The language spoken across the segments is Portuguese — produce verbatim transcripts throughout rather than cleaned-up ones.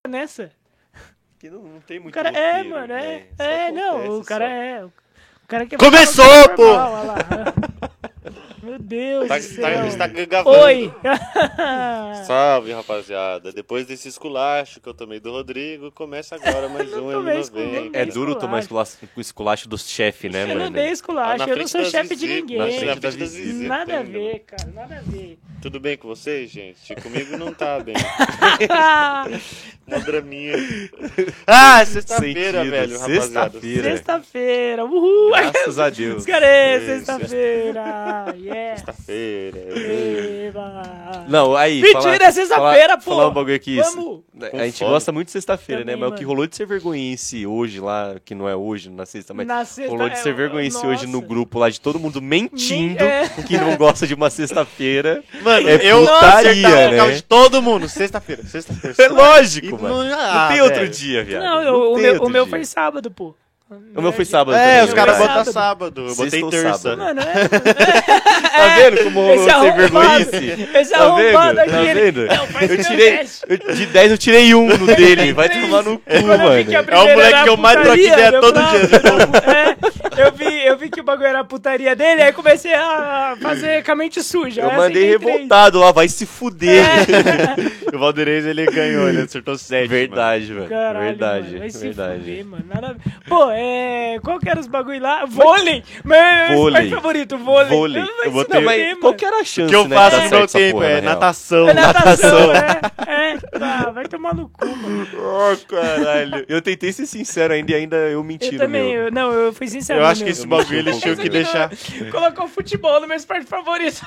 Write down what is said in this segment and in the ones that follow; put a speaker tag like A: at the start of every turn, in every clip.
A: nessa.
B: Que não, não tem muito
A: O cara
B: roteiro,
A: é, mano, é.
B: né?
A: É, não, o
B: acontece,
A: cara
B: só.
A: é. O cara quer
B: Começou,
A: falar
B: pô!
A: normal, olha lá. Meu Deus
B: Tá,
A: do céu.
B: tá, está gravando.
A: Oi!
B: Salve, rapaziada. Depois desse esculacho que eu tomei do Rodrigo, começa agora mais
A: Não
B: um
A: tomei
B: M
A: esculacho.
B: noventa.
C: É duro tomar esculacho, o esculacho dos chefes, né,
A: Eu não
C: mano?
A: dei esculacho,
B: Na
A: eu não
B: frente
A: sou
B: da
A: chefe de
B: Zizi,
A: ninguém.
B: na frente da Zizi,
A: Nada a
B: tem,
A: ver, cara, nada a ver.
B: Tudo bem com vocês, gente? Comigo não tá bem. Uma draminha. Ah, sexta-feira,
C: Sentido,
B: velho, rapaziada.
C: sexta-feira.
A: Sexta-feira, uhul!
C: Graças a Deus.
A: Os caras, é,
B: Isso.
A: sexta-feira, yeah!
B: Sexta-feira.
A: Eba.
C: Não, aí.
A: Mentira,
C: falar-
A: é sexta-feira,
C: falar-
A: pô.
C: Falar um bagulho aqui.
A: Vamos.
C: A gente
B: fome.
C: gosta muito de sexta-feira, né?
A: Também,
C: Mas o que
A: mano.
C: rolou de ser vergonhice hoje lá, que não é hoje, na sexta, mas
A: Na sexta,
C: rolou de ser
A: é,
C: vergonhice hoje no
A: nossa.
C: grupo lá, de todo mundo mentindo
A: É.
C: que não gosta de uma sexta-feira.
B: Mano,
C: É
B: eu
C: putaria,
B: acertava o carro
C: né?
B: de todo mundo. Sexta-feira, sexta-feira.
C: É lógico,
B: E
C: mano.
B: não-
C: Não,
B: ah,
C: tem outro
B: velho.
C: dia, viado.
A: Não, eu- o
C: tem
A: meu,
C: outro
A: o meu
C: dia.
A: foi sábado, pô.
C: O meu foi sábado
B: É,
C: também,
B: os caras
C: verdade.
B: botam sábado. Eu botei
C: Sexta ou
B: terça.
C: sábado.
A: Mano, é.
C: Tá vendo como rolou
A: Esse
C: de ser
A: arrombado,
C: vergonhice?
A: esse
C: Tá vendo?
A: arrombado aqui,
C: Tá
A: ele-
C: vendo?
A: Não, faz
C: Eu
A: meu
C: tirei,
A: teste.
C: eu- de dez eu tirei um no dele. Vai tomar no cu,
A: Quando eu vi que a
C: mano.
B: É o
A: primeira
B: moleque
A: era
B: que eu mais troco
A: putaria,
B: ideia
A: meu
B: todo
A: bravo,
B: dia.
A: É, eu vi, eu vi que o bagulho era putaria dele, aí comecei a fazer com a mente suja.
C: Eu
A: aí
C: mandei
A: acertei três.
C: revoltado lá, vai se fuder.
B: O Valderez, ele ganhou, ele acertou sete.
C: Verdade, mano.
A: Caralho,
C: verdade,
A: mano, vai se
C: verdade.
A: fuder, mano. Nada a ver. Pô, é. Qual que era os bagulho lá? Vôlei! Meu
C: Vôlei.
A: esporte favorito, vôlei.
C: Vôlei.
A: Não, vai
B: Eu
A: se
B: botei-
C: Não, mas
A: fuder,
C: qual
A: mano.
C: que era a
B: O
C: chance,
B: que eu
C: né,
B: faço
C: de
B: no
C: dar
B: meu
C: certo essa
B: tempo
C: porra,
B: é
C: na real?
B: natação.
A: É natação, é. É, tá, vai tomar no cu, mano.
C: Oh, caralho. Eu tentei ser sincero ainda e ainda eu menti
A: Eu
C: no
A: também,
C: meu.
A: eu, não, eu fui sincero.
B: Eu
A: no
B: acho que
A: meu.
B: esse bagulho eles tinham que deixar...
A: Colocou o futebol no meu esporte favorito.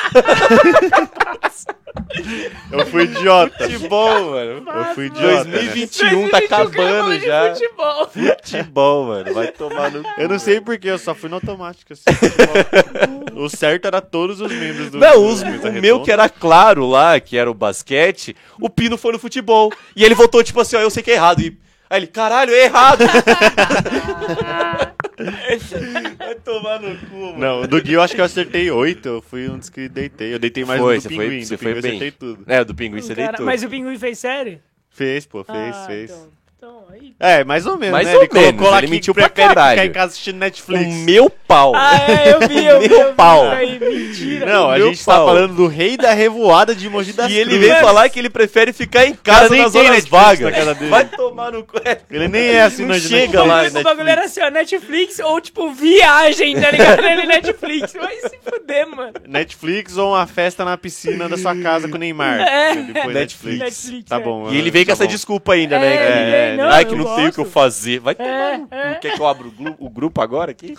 B: Eu fui idiota.
C: Futebol, mano.
B: Eu fui idiota,
C: dois mil e
B: né?
C: vinte e um tá
A: dois mil e vinte e um, cara,
C: acabando
A: falando de
C: já.
A: Futebol.
C: Futebol, mano. Vai tomar no cu.
B: Eu não sei porquê, eu só fui no automático. Assim, futebol. O certo era todos os membros do...
C: Não,
B: do
C: os-
B: Mesa
C: o meu
B: Redonda.
C: que era claro lá, que era o basquete, o Pino foi no futebol. E ele voltou tipo assim, ó, eu sei que é errado. E aí ele, caralho, é errado. Vai tomar no cu, mano.
B: Não, do Gui eu acho que eu acertei oito. Eu fui um dos que deitei. Eu deitei mais
C: Foi,
B: do
C: você
B: Pinguim.
C: foi,
B: do
C: você
B: Pinguim
C: foi
B: eu
C: bem.
B: acertei tudo.
C: É, do Pinguim você
A: Cara,
C: deitou.
A: mas o Pinguim fez sério?
B: Fez, pô, fez,
A: Ah,
B: fez.
A: Então, então, aí...
B: É, mais ou menos,
C: Mais
B: né?
C: ou
B: ele colocou
C: menos,
B: lá
C: ele
B: que
C: mentiu pra
B: prefere
C: caralho.
B: ficar em casa assistindo Netflix.
C: O meu pau.
A: Ah, é, eu vi, eu vi.
C: Meu
A: eu vi
C: pau.
A: isso aí, mentira.
B: Não, a
C: Meu
B: gente tá
C: pau.
B: falando do rei da revoada de Mogi das
C: E ele
B: Cruzes.
C: veio falar que ele prefere ficar em
B: cara
C: casa
B: nem
C: nas
B: tem
C: horas
B: Netflix
C: vagas.
B: na casa dele.
C: Vai tomar no cu.
B: Ele nem é assim,
C: Não
B: no
C: chega
A: O
C: lá,
A: bagulho, o bagulho era assim, ó, Netflix ou tipo viagem, tá ligado? Ele Netflix, vai se fuder, mano.
B: Netflix ou uma festa na piscina da sua casa com o Neymar.
A: É.
B: Depois
C: Netflix.
A: Netflix,
B: Tá
A: é.
B: bom.
C: E ele veio com
B: tá
C: essa
B: bom.
C: desculpa ainda,
A: É,
C: né?
A: ele
C: Que-
A: veio, não,
C: Ai, que
A: eu
C: não tem o que eu
A: gosto.
C: fazer. Vai tomar
A: É,
C: no cu.
A: é.
C: Quer que eu abra o, glu- o grupo agora aqui?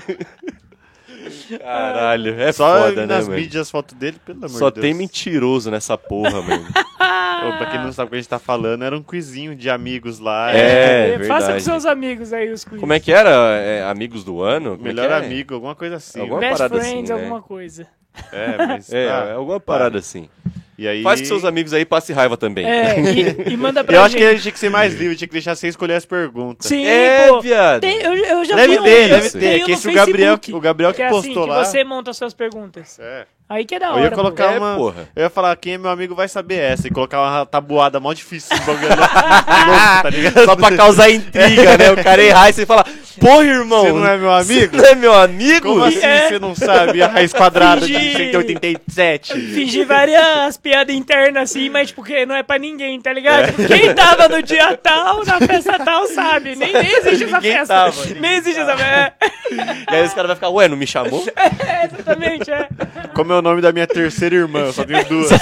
C: Caralho, é
B: Só
C: foda, né,
B: nas
C: mano?
B: mídias as fotos dele, pelo amor
C: Só
B: de Deus.
C: tem mentiroso nessa porra, mano.
B: Ô, pra quem não sabe o que a gente tá falando, era um quizinho de amigos lá.
C: É,
A: Faça com
C: verdade.
A: seus amigos aí os quiz.
C: Como é que era? É, amigos do ano? Como é
B: Melhor
C: que é?
B: amigo, alguma coisa assim.
C: Alguma
B: né?
A: Best
C: parada
A: Friends,
C: assim, né?
A: alguma coisa.
B: É, mas...
C: É,
B: tá.
C: é alguma parada assim.
B: E aí...
C: Faz com seus amigos aí, passe raiva também.
A: É, e, e manda pra
B: Eu acho
A: gente.
B: que a gente tinha que ser mais livre, tinha que deixar você escolher as perguntas.
A: Sim,
C: É,
A: pô.
C: viado.
A: Tem, eu, eu já
B: Deve
A: vi um-
B: ter,
A: eu
B: deve
C: ter.
A: tenho
B: É que
A: no
B: esse o Gabriel,
A: Facebook,
B: o Gabriel que,
A: que é assim,
B: postou
A: que
B: lá.
A: você monta as suas perguntas.
B: É.
A: Aí que é da
B: Eu
A: hora,
B: ia
A: pô.
B: colocar
C: É,
B: uma.
C: porra.
B: Eu ia falar, quem é meu amigo vai saber essa. E colocar uma tabuada mó difícil no bagulho. louco, tá ligado?
C: Só pra causar intriga, né? O cara errar e você fala, porra, irmão.
B: Você não é meu amigo?
C: Você não é meu amigo?
B: Como assim
A: É.
B: você não sabe a raiz quadrada de
A: Fingir.
B: cento e oitenta e sete?
A: Fingir várias piadas internas assim, mas tipo, que não é pra ninguém, tá ligado? Tipo, quem tava no dia tal, na festa tal, sabe? Nem, nem existe essa
C: Ninguém
A: festa.
C: tava, ninguém
A: nem existe essa festa.
C: E aí os caras vão ficar, ué, não me chamou?
A: É, exatamente, é.
B: Como é o nome da minha terceira irmã? Eu só tenho duas.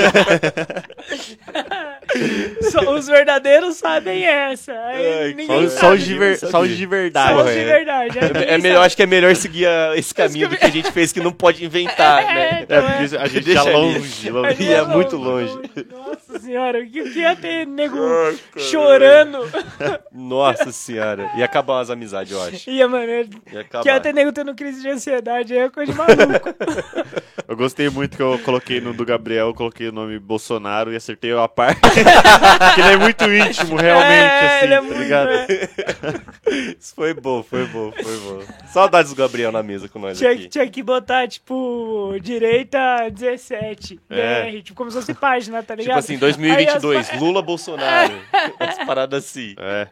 A: Só os verdadeiros sabem essa. Aí
C: Ai,
A: ninguém
B: Só,
A: sabe.
B: só os de, ver-
C: sabia.
B: só os de verdade.
A: Só os
C: Porra,
A: de
C: é.
A: verdade. aí ninguém
C: É melhor,
A: sabe.
C: acho que é melhor seguir a- esse caminho do que a gente fez que não pode inventar,
A: É,
C: né?
A: então
B: É, porque a gente
C: Deixa
B: já
C: ali.
B: longe,
A: A
B: longe.
A: gente
C: E é
A: tá
C: muito longe.
A: Nossa senhora, o que, o que ia ter nego chorando?
C: Nossa senhora. Ia acabar as amizades, eu acho.
A: Ia, mano,
C: Ia acabar.
A: que ia ter nego tendo crise de ansiedade, aí é coisa de maluco.
B: Eu gostei muito que eu coloquei no do Gabriel, eu coloquei o nome Bolsonaro e acertei a parte. Que ele é muito íntimo, realmente,
A: É,
B: assim,
A: ele é
B: tá
A: muito,
B: ligado?
A: é.
C: Isso foi bom, foi bom, foi bom. Saudades do Gabriel na mesa com nós
A: Tinha,
C: aqui.
A: tinha que botar, tipo, direita dezessete,
B: É.
A: B R, tipo, como se fosse página, tá
C: Tipo
A: ligado?
C: assim, dois mil e vinte e dois,
A: Aí as pa-
C: Lula, Bolsonaro. As paradas assim.
B: É.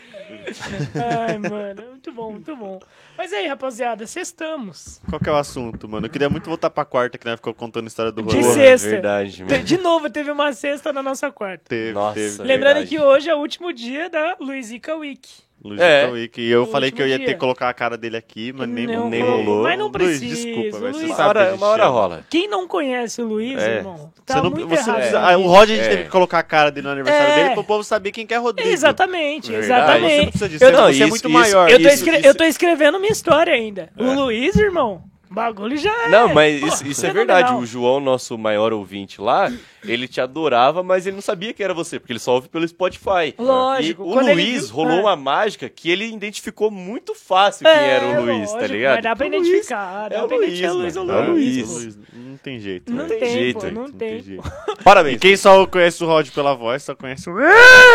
A: Ai, mano, muito bom, muito bom. Mas aí, rapaziada, sextamos.
B: Qual que é o assunto, mano? Eu queria muito voltar pra quarta, que nós ficou contando a história do
A: De
B: rolê.
A: sexta.
C: Verdade,
A: De,
C: mano.
A: de novo, teve uma sexta na nossa quarta.
B: Teve,
C: Nossa.
B: teve.
A: Lembrando
C: verdade.
A: que hoje é o último dia da Luizica Week.
B: Luiz
C: É.
B: Wick. E eu
A: O
B: falei que eu ia
A: último
B: ter
A: dia.
B: que colocar a cara dele aqui, mas nem,
A: Não
B: nem
C: rolou.
B: rolou.
A: Mas não
B: Luiz,
A: precisa,
B: desculpa, velho. Você
A: Luiz.
C: Uma
B: sabe que a
C: hora,
B: gente
C: uma hora
B: ama.
C: rola.
A: Quem não conhece o Luiz,
B: É.
A: irmão, tá
B: Você não,
A: muito
B: você não
A: errado.
B: precisa,
A: na
B: ah, o
A: vida.
B: Rod a gente
C: É.
B: teve que colocar a cara dele no aniversário
A: É.
B: dele pro povo saber quem que é Rodrigo.
A: Exatamente,
C: Verdade.
B: Você não
A: exatamente.
B: precisa disso,
A: Eu,
B: você
C: não,
B: é
C: isso-
B: muito
C: isso-
B: maior.
A: eu, tô
C: isso-
A: escre-
C: isso-
A: eu tô escrevendo minha história ainda. O
B: É.
A: Luiz, irmão, o bagulho já é.
C: Não, mas
A: Pô,
C: isso, isso é
A: fenomenal.
C: verdade. O João, nosso maior ouvinte lá, ele te adorava, mas ele não sabia que era você, porque ele só ouve pelo Spotify.
A: Lógico,
C: E o
A: quando ele
C: Luiz
A: viu-
C: rolou
A: é.
C: uma mágica que ele identificou muito fácil quem
A: É,
C: era o Luiz,
A: lógico,
C: tá ligado?
A: Mas dá pra
C: O Luiz
A: identificar, dá
C: é o
A: pra
C: Luiz,
A: identificar o Luiz,
C: mano,
A: o
C: é o
A: Luiz.
C: Luiz.
B: Não tem jeito.
A: Não
B: velho.
A: tem,
C: jeito,
A: pô,
C: não
A: não tem.
B: jeito.
C: Parabéns.
B: E quem só conhece o Rod pela voz, só conhece o...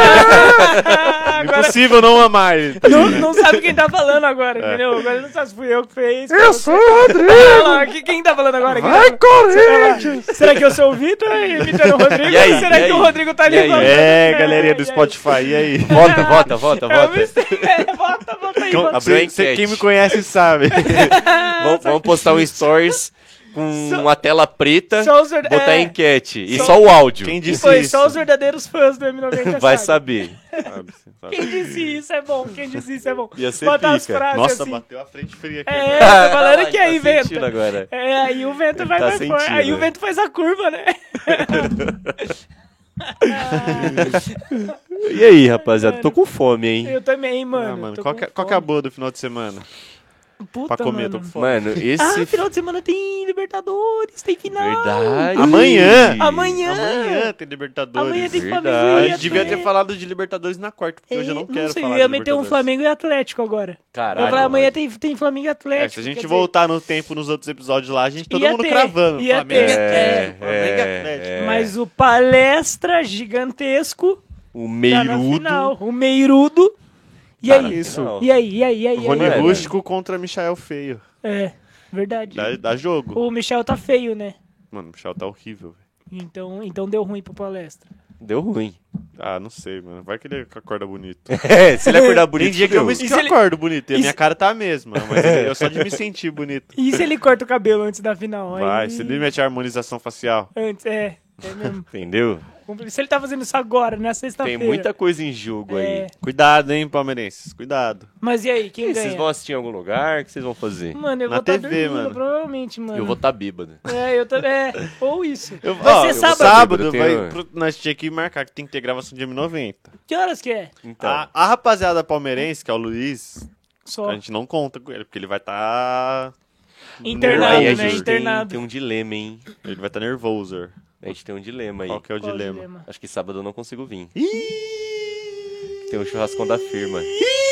A: Agora,
B: Impossível não amar ele.
A: não, não sabe quem tá falando agora,
B: É.
A: entendeu? Agora não sabe se fui eu que fez.
B: Eu sou o Rodrigo!
A: Olha lá, que- quem tá falando agora? Quem
B: Vai,
A: tá falando?
B: Corinthians!
A: Será que eu sou o Vitor imitando o Rodrigo?
C: E aí,
A: Ou será
C: e
A: que o
C: aí?
A: Rodrigo tá ali
C: E aí?
A: falando?
B: É, galerinha do
A: e aí?
B: Spotify, e aí?
C: Vota, vota, vota,
A: É,
C: vota.
A: é, Volta, volta aí,
B: Então,
A: volta.
C: Abriu a
B: cê- cê-
C: enquete.
B: quem me conhece sabe.
C: Vamos, vamos postar um stories com
A: Só-
C: uma tela preta,
A: Só os verd-
C: botar
A: é.
C: enquete. E
A: Só-
C: só o áudio.
B: Quem
A: E
B: disse
A: foi
B: isso?
A: só os verdadeiros fãs do M noventa
C: Vai
A: sabe.
C: saber.
B: Sabe, sabe.
A: Quem disse isso é bom, quem disse isso é bom.
C: Ia ser
A: Bota as
C: pica.
A: frases
B: Nossa,
A: assim.
B: bateu a frente fria aqui.
A: É,
B: agora.
A: tô falando que
C: Tá
A: aí vento.
C: sentindo agora.
A: É, aí o vento
C: Ele
A: vai
C: tá
A: mais forte.
C: sentindo,
A: Aí o
C: né?
A: vento faz a curva, né?
C: E aí, rapaziada? Tô com fome, hein?
A: Eu também, mano.
B: Ah, mano,
A: tô
B: qual,
A: com
B: que, é- qual que é a
A: fome.
B: boa do final de semana?
A: Puta,
B: pra comer,
A: mano.
B: tô com fome.
C: Mano, esse...
A: Ah, final de semana tem Libertadores, tem final.
C: Verdade.
B: Amanhã.
A: Amanhã.
B: Amanhã tem Libertadores.
A: Amanhã tem
C: Verdade.
A: Flamengo e
B: A
C: Verdade.
B: gente devia ter
A: Atlético.
B: falado de Libertadores na quarta, porque hoje eu não
A: É,
B: quero
A: sei,
B: falar
A: eu ia
B: de
A: meter um
B: Libertadores.
A: Flamengo e Atlético agora.
C: Caralho.
A: Eu falei, amanhã
C: mano.
A: tem, tem Flamengo e Atlético.
B: É, se a gente
A: quer dizer,
B: voltar no tempo nos outros episódios lá, a gente todo
A: Ia
B: mundo
A: ter,
B: cravando.
A: ia
B: Flamengo
A: ter.
B: e
C: É,
B: Atlético, Flamengo e
C: é,
B: Atlético.
C: é.
A: Mas o palestra gigantesco
C: O
A: tá na
C: meirudo.
A: final. O Meirudo. E
C: Tá na
A: aí?
B: isso.
A: E aí, e aí, e aí? e aí?
B: Rony
C: Mano.
B: Rústico contra Michael Feio.
A: É, verdade.
B: Dá, dá jogo.
A: O Michel tá feio, né?
B: Mano, o Michel tá horrível, velho.
A: Então, então deu ruim pro palestra.
C: Deu ruim.
B: Ah, não sei, mano. Vai que ele acorda bonito.
C: É, se ele acordar bonito,
B: Tem dia que eu me
C: fudeu.
A: E
B: que eu
A: se ele-
B: acordo bonito e a
A: e
B: minha
A: se-
B: cara tá a mesma. Mas eu só de me sentir bonito.
A: E se ele corta o cabelo antes da final?
B: Vai,
A: Aí-
B: se ele mete a harmonização facial.
A: Antes, é. É mesmo.
C: Entendeu?
A: Se ele tá fazendo isso agora, na
C: Tem
A: sexta-feira.
C: muita coisa em jogo
A: É.
C: aí.
B: Cuidado, hein, palmeirenses. Cuidado.
A: Mas e aí, quem
C: E
A: ganha?
C: vocês vão assistir em algum lugar? O que vocês vão fazer?
A: Mano, eu
B: Na
A: vou estar
B: T V,
A: dormindo,
B: mano.
A: provavelmente, mano.
C: Eu vou estar bêbado.
A: É, eu também. É, ou isso.
B: Eu,
A: Vai
B: ó,
A: ser
B: eu-
A: sábado.
B: sábado
C: Eu
B: vai,
C: tenho-
B: pro- nós tinha que marcar que tem que ter gravação de M noventa.
A: Que horas que é?
C: Então,
B: A, a rapaziada palmeirense, que é o Luiz,
A: Só.
B: a gente não conta com ele, porque ele vai estar...
A: Internado,
C: aí a
A: né?
C: gente
A: Internado.
C: tem, tem um dilema, hein?
B: Ele vai estar nervoso.
C: A gente tem um dilema aí.
B: Qual que é o
A: Qual
B: dilema?
C: Acho que sábado eu não consigo vir.
B: Ih!
C: Tem um churrascão da firma.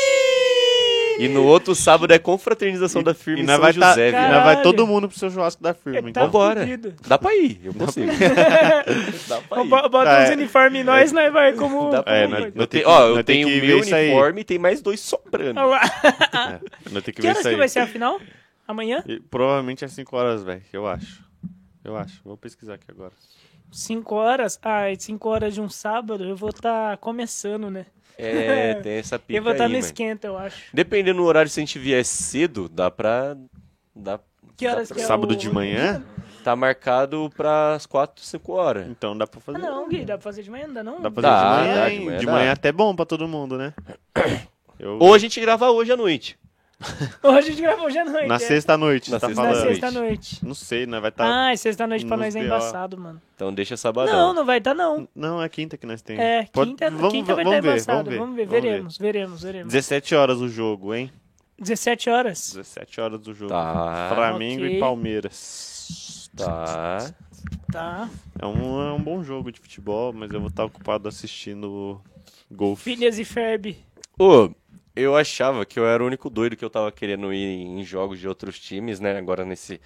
C: E no outro sábado é confraternização da firma
B: E
C: em
B: nós
C: São
B: vai, tá,
C: José,
B: e
C: viu?
A: Caralho.
B: nós vai todo mundo pro seu churrasco da firma.
A: É,
B: então.
A: tá
C: Vambora.
A: fudido.
C: Dá pra ir, eu consigo. Dá pra ir.
A: Bo- Bota
B: Tá,
A: uns
B: é.
A: uniformes em nós, nós vai como...
C: Dá pra
B: É,
C: ir.
B: nós-
C: Eu
B: nós
C: tenho-
B: tem que-
C: ó, eu
B: nós tem
C: tenho
B: que
C: o meu
B: ver isso aí.
C: uniforme e tem mais dois sobrando.
B: É, nós tem que
A: Que
B: ver
A: horas
B: isso
A: que
B: aí.
A: vai ser a final? Amanhã?
B: E provavelmente é cinco horas, velho. Eu acho. Eu acho. Vou pesquisar aqui agora.
A: cinco horas? Ah, cinco horas de um sábado eu vou estar começando, né?
C: É, tem essa pica
A: eu vou estar
C: aí,
A: no
C: mano.
A: esquenta, eu acho.
C: Dependendo do horário, se a gente vier cedo, dá pra... Dá,
A: Que horas
C: dá
A: que
C: pra-
A: é
B: Sábado
A: o-
B: de manhã?
C: Tá marcado pras quatro, cinco horas.
B: Então dá pra
A: Ah,
B: fazer.
A: não, Gui, dá pra fazer de manhã, não dá não?
B: Dá pra fazer
C: Dá,
B: de manhã,
C: dá, de
B: hein?
C: manhã
B: De
C: dá.
B: manhã é até bom pra todo mundo, né? Eu...
C: Ou a gente grava hoje à noite.
A: Hoje a gente gravou hoje à noite.
B: Na
A: é.
B: sexta-noite,
C: Na
B: você tá
C: sexta-
A: Na
B: falando.
A: sexta-noite.
B: Não sei, né? Vai estar...
A: Ah, sexta-noite pra
B: nos
A: nós é
B: B O.
A: embaçado, mano.
C: Então deixa sabadão.
A: Não, não vai estar não.
B: Não, é quinta que nós temos.
A: É,
B: Pode-
A: quinta,
B: vamos,
A: quinta vai
B: vamos
A: estar
B: ver,
A: embaçado.
B: vamos ver,
A: Vamos ver,
B: vamos ver.
A: veremos, veremos, veremos.
B: dezessete horas o jogo, hein?
A: dezessete horas.
B: dezessete horas o jogo.
C: Tá,
B: Flamengo
A: ok.
B: e Palmeiras.
C: tá.
A: Tá.
B: É um, é um bom jogo de futebol, mas eu vou estar ocupado assistindo golfe.
A: Filhas e Ferb.
C: Ô, eu achava que eu era o único doido que eu tava querendo ir em jogos de outros times, né? Agora nesse,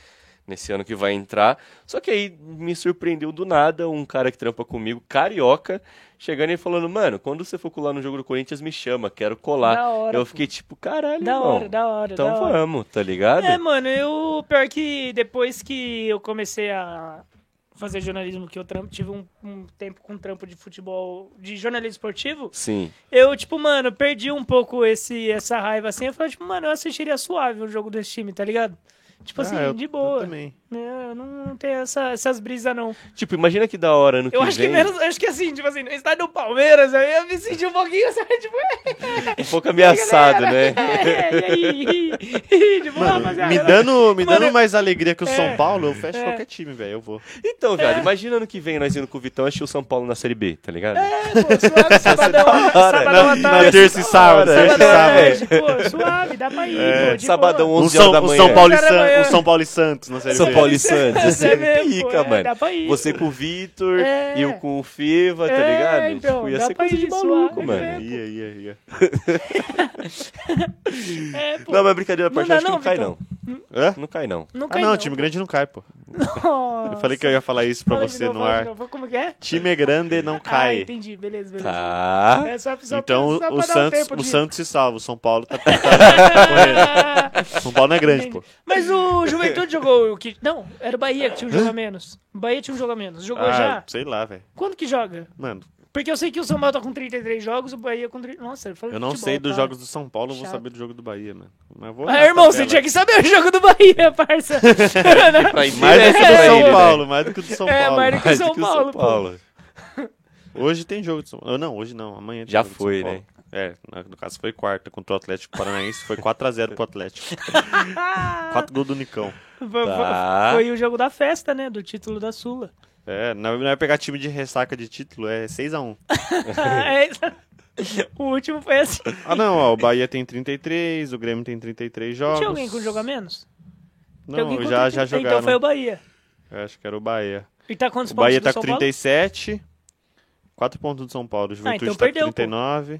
C: nesse ano que vai entrar. Só que aí me surpreendeu do nada um cara que trampa comigo, carioca, chegando e falando, mano, quando você for colar no jogo do Corinthians, me chama, quero colar.
A: Da hora,
C: eu
A: pô.
C: fiquei tipo, caralho,
A: Da
C: irmão.
A: hora, da hora,
C: Então
A: da hora.
C: vamos, tá ligado?
A: É, mano, eu... Pior que depois que eu comecei a fazer jornalismo, que eu trampo, tive um, um tempo com trampo de futebol, de jornalismo esportivo,
C: Sim.
A: eu, tipo, mano, perdi um pouco esse, essa raiva, assim. Eu falei, tipo, mano, eu assistiria suave o jogo desse time, tá ligado? Tipo assim,
B: Ah, eu-
A: de
B: Eu
A: boa.
B: também.
A: É, eu não, não tenho essa, essas brisas, não.
C: Tipo, imagina que da hora no que
A: Eu acho
C: vem.
A: que menos, acho que assim, tipo assim, no estádio do Palmeiras, eu ia me sentir um pouquinho, sabe, tipo...
C: Um pouco ameaçado, né?
A: É, e aí, e, tipo,
B: Mano,
A: rapaziada,
B: me dando, me
A: Mano,
B: dando mais alegria que o
A: é,
B: São Paulo, eu fecho
A: é.
B: qualquer time, velho. Eu vou.
C: Então, viado,
A: É.
C: imagina ano que vem nós indo com o Vitão assistir o São Paulo na Série B, tá ligado?
A: É, pô, suave, sabadão,
C: hora,
A: sabadão
B: na-
A: à
B: na
A: tarde.
B: terça e sábado,
A: Sabadão
B: terça e
A: à
B: sábado.
A: tarde, pô, suave, dá pra ir,
B: É,
A: pô, de
C: sabadão,
A: boa.
B: O
C: onze horas
B: São,
C: da
B: o
C: manhã.
B: São Paulo e
A: onze horas da
B: San-
A: manhã.
B: o São Paulo e Santos na Série
C: São
B: B.
C: Paulo e Santos,
A: Isso é
C: você
A: mesmo,
C: pica,
A: pô, é,
C: mano.
A: dá pra ir.
C: Você com o Vitor
A: É.
C: e eu com o Fiva, tá
A: É,
C: ligado?
A: então,
C: Tipo, ia
A: dá
C: ser
A: pra
C: coisa de
A: ir,
C: maluco,
A: suave,
C: mano.
A: é.
B: Ia, ia, ia.
A: É, pô.
C: Não, mas brincadeira à
A: Não
C: parte,
A: dá
C: acho que
A: não,
C: não cai,
A: Vitão.
C: não.
B: Hã?
C: Não cai, não.
A: Não
B: Ah,
A: cai
B: não,
A: não,
B: time
A: pô.
B: grande não cai, pô.
A: Nossa.
B: Eu falei que eu ia falar isso pra
A: Fala de
B: você
A: novo,
B: no
A: fala de
B: ar.
A: novo. Como que é?
B: Time grande não
A: Ah,
B: cai.
A: entendi, beleza, beleza.
C: Tá.
A: É só, só
B: Então
A: pra, só
B: o
A: pra dar um
B: Santos,
A: tempo
B: o
A: de-
B: Santos se salva, o São Paulo tá correndo. São Paulo não é grande, pô.
A: Mas o Juventude jogou o que... Não, era o Bahia que tinha um jogo a menos. O Bahia tinha um jogo a menos. Jogou
B: Ah,
A: já?
B: sei lá, velho.
A: Quando que joga?
B: Mano,
A: Porque eu sei que o São Paulo tá com trinta e três jogos, o Bahia com trinta... Nossa, eu falei
B: eu não
A: futebol,
B: sei dos
A: cara.
B: jogos do São Paulo, eu vou
A: Chato.
B: saber do jogo do Bahia, mano. Mas eu vou
A: Ah,
B: olhar a
A: irmão, você
B: tabela.
A: tinha que saber o jogo do Bahia, parça.
C: Pra ir
B: Mais do que o do
C: pra
B: São
C: ele, né?
B: Paulo, mais do que o do São
A: É,
B: Paulo.
A: mais do que
C: Mais
A: São
C: do que o
A: Paulo, pô.
B: Hoje tem jogo do São Paulo. Não, hoje não, amanhã tem
C: Já
B: jogo do
C: foi,
B: São Paulo. É, no caso foi quarta contra o Atlético Paranaense, foi quatro a zero pro Atlético. quatro gols do Nicão.
A: Foi,
C: Tá.
A: foi o jogo da festa, né? Do título da Sula.
B: É, não não é pegar time de ressaca de título, é seis a um.
A: É, o último foi assim.
B: Ah não, ó, o Bahia tem trinta e três, o Grêmio tem trinta e três jogos.
A: Tinha alguém com jogo a menos? Tem alguém
B: Não,
A: com
B: já,
A: trinta.
B: já jogaram.
A: Então foi o Bahia.
B: Eu acho que era o Bahia.
A: E tá quantos
B: O
A: pontos
B: Bahia
A: do
B: tá
A: São
B: com
A: Paulo?
B: trinta e sete, quatro pontos do São Paulo. O Juventude
A: então
B: tá
A: perdeu,
B: com
A: pô.
B: trinta e nove.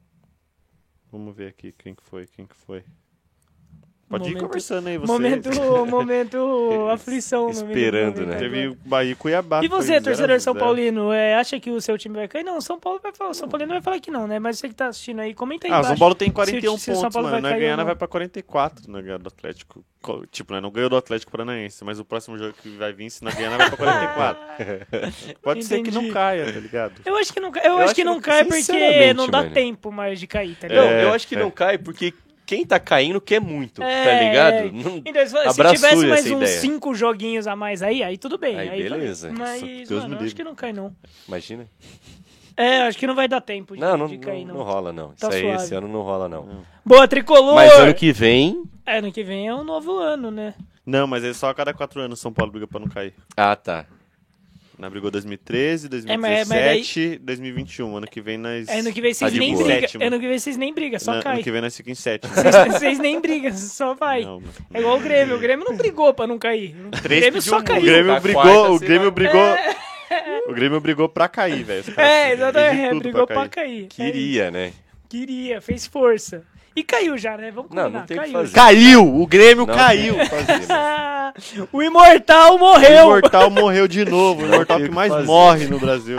B: Vamos ver aqui quem que foi, quem que foi. Pode ir
A: Momento-
B: conversando aí, você.
A: Momento, momento aflição. no
C: Esperando,
A: momento.
C: né?
B: Teve o Bahia e Cuiabá.
A: E
B: foi
A: você,
B: zero a
A: torcedor São
B: zero.
A: Paulino, é, acha que o seu time vai cair? Não, o São Paulo vai falar. O São Paulino vai falar que não, né? Mas você que tá assistindo aí, comenta aí
B: Ah, o
A: embaixo.
B: São Paulo tem quarenta e um
A: se- se o São
B: pontos,
A: Paulo
B: mano.
A: vai
B: Não é
A: cair
B: ganhar,
A: ou
B: não
A: não.
B: vai pra quarenta e quatro na ganhar do Atlético. Co- Tipo, né, não ganhou do Atlético Paranaense, mas o próximo jogo que vai vir, se não ganhar, vai pra quarenta e quatro. Pode ser que
A: Entendi.
B: não caia, tá ligado?
A: Eu acho que não, ca- eu acho que não cai porque
C: sinceramente,
A: não dá
C: mano.
A: tempo mais de cair, tá
C: Não,
A: ligado?
B: É,
C: eu acho que
B: é.
C: não cai porque quem tá caindo quer muito,
A: É,
C: tá ligado?
A: é.
C: Não-
A: Então, se, se
C: abraço
A: tivesse mais
C: essa
A: uns
C: ideia.
A: cinco joguinhos a mais aí, aí tudo bem.
C: Aí
A: valeu.
C: beleza.
A: Mas,
B: Deus
A: mano,
B: me
A: eu acho
B: livre.
A: que não cai, não.
C: Imagina.
A: É, acho que não vai dar tempo de,
C: Não, não,
A: de cair,
C: não,
A: não.
C: não rola, não.
A: Tá
C: Isso aí,
A: suave.
C: esse ano não rola, não.
A: Boa, Tricolor!
C: Mas ano que vem...
A: É, ano que vem é um novo ano, né?
B: Não, mas é só a cada quatro anos o São Paulo briga pra não cair.
C: Ah, tá.
B: Na brigou dois mil e treze,
A: É, mas- mas
B: dois mil e dezessete, dois mil e vinte e um. Ano que vem nós.
A: É, ano que vem vocês
C: Tá de
A: nem
C: boa.
A: brigam.
B: Sétimo.
A: Ano que vem vocês nem brigam, só
B: Na-
A: cai.
B: Ano que vem nós ficamos em sétimo.
A: Vocês, vocês nem brigam, só vai.
B: Não, mano.
A: É igual o Grêmio. O Grêmio não brigou pra não cair. O
B: Três
A: Grêmio
B: pediu
A: só
B: um-
A: caiu.
B: O Grêmio
C: Na
B: brigou,
C: quarta,
B: o
C: sei
B: Grêmio
C: lá.
B: brigou. O Grêmio brigou pra cair, velho. Os caras
A: É,
B: fez de
A: exatamente.
B: tudo
A: Brigou
B: pra
A: pra
B: cair.
A: cair. É isso.
C: Queria, né?
A: Queria, fez força. E caiu já, né? Vamos
C: Não,
A: combinar.
C: não tem o que
A: caiu.
C: fazer.
B: Caiu! O Grêmio
C: Não
B: caiu!
C: tem o que fazer, mano.
A: Ah, o Imortal
B: O
A: morreu.
B: Imortal morreu de novo. O Imortal
C: tem o
B: que
C: que
B: mais
C: fazer.
B: morre no Brasil.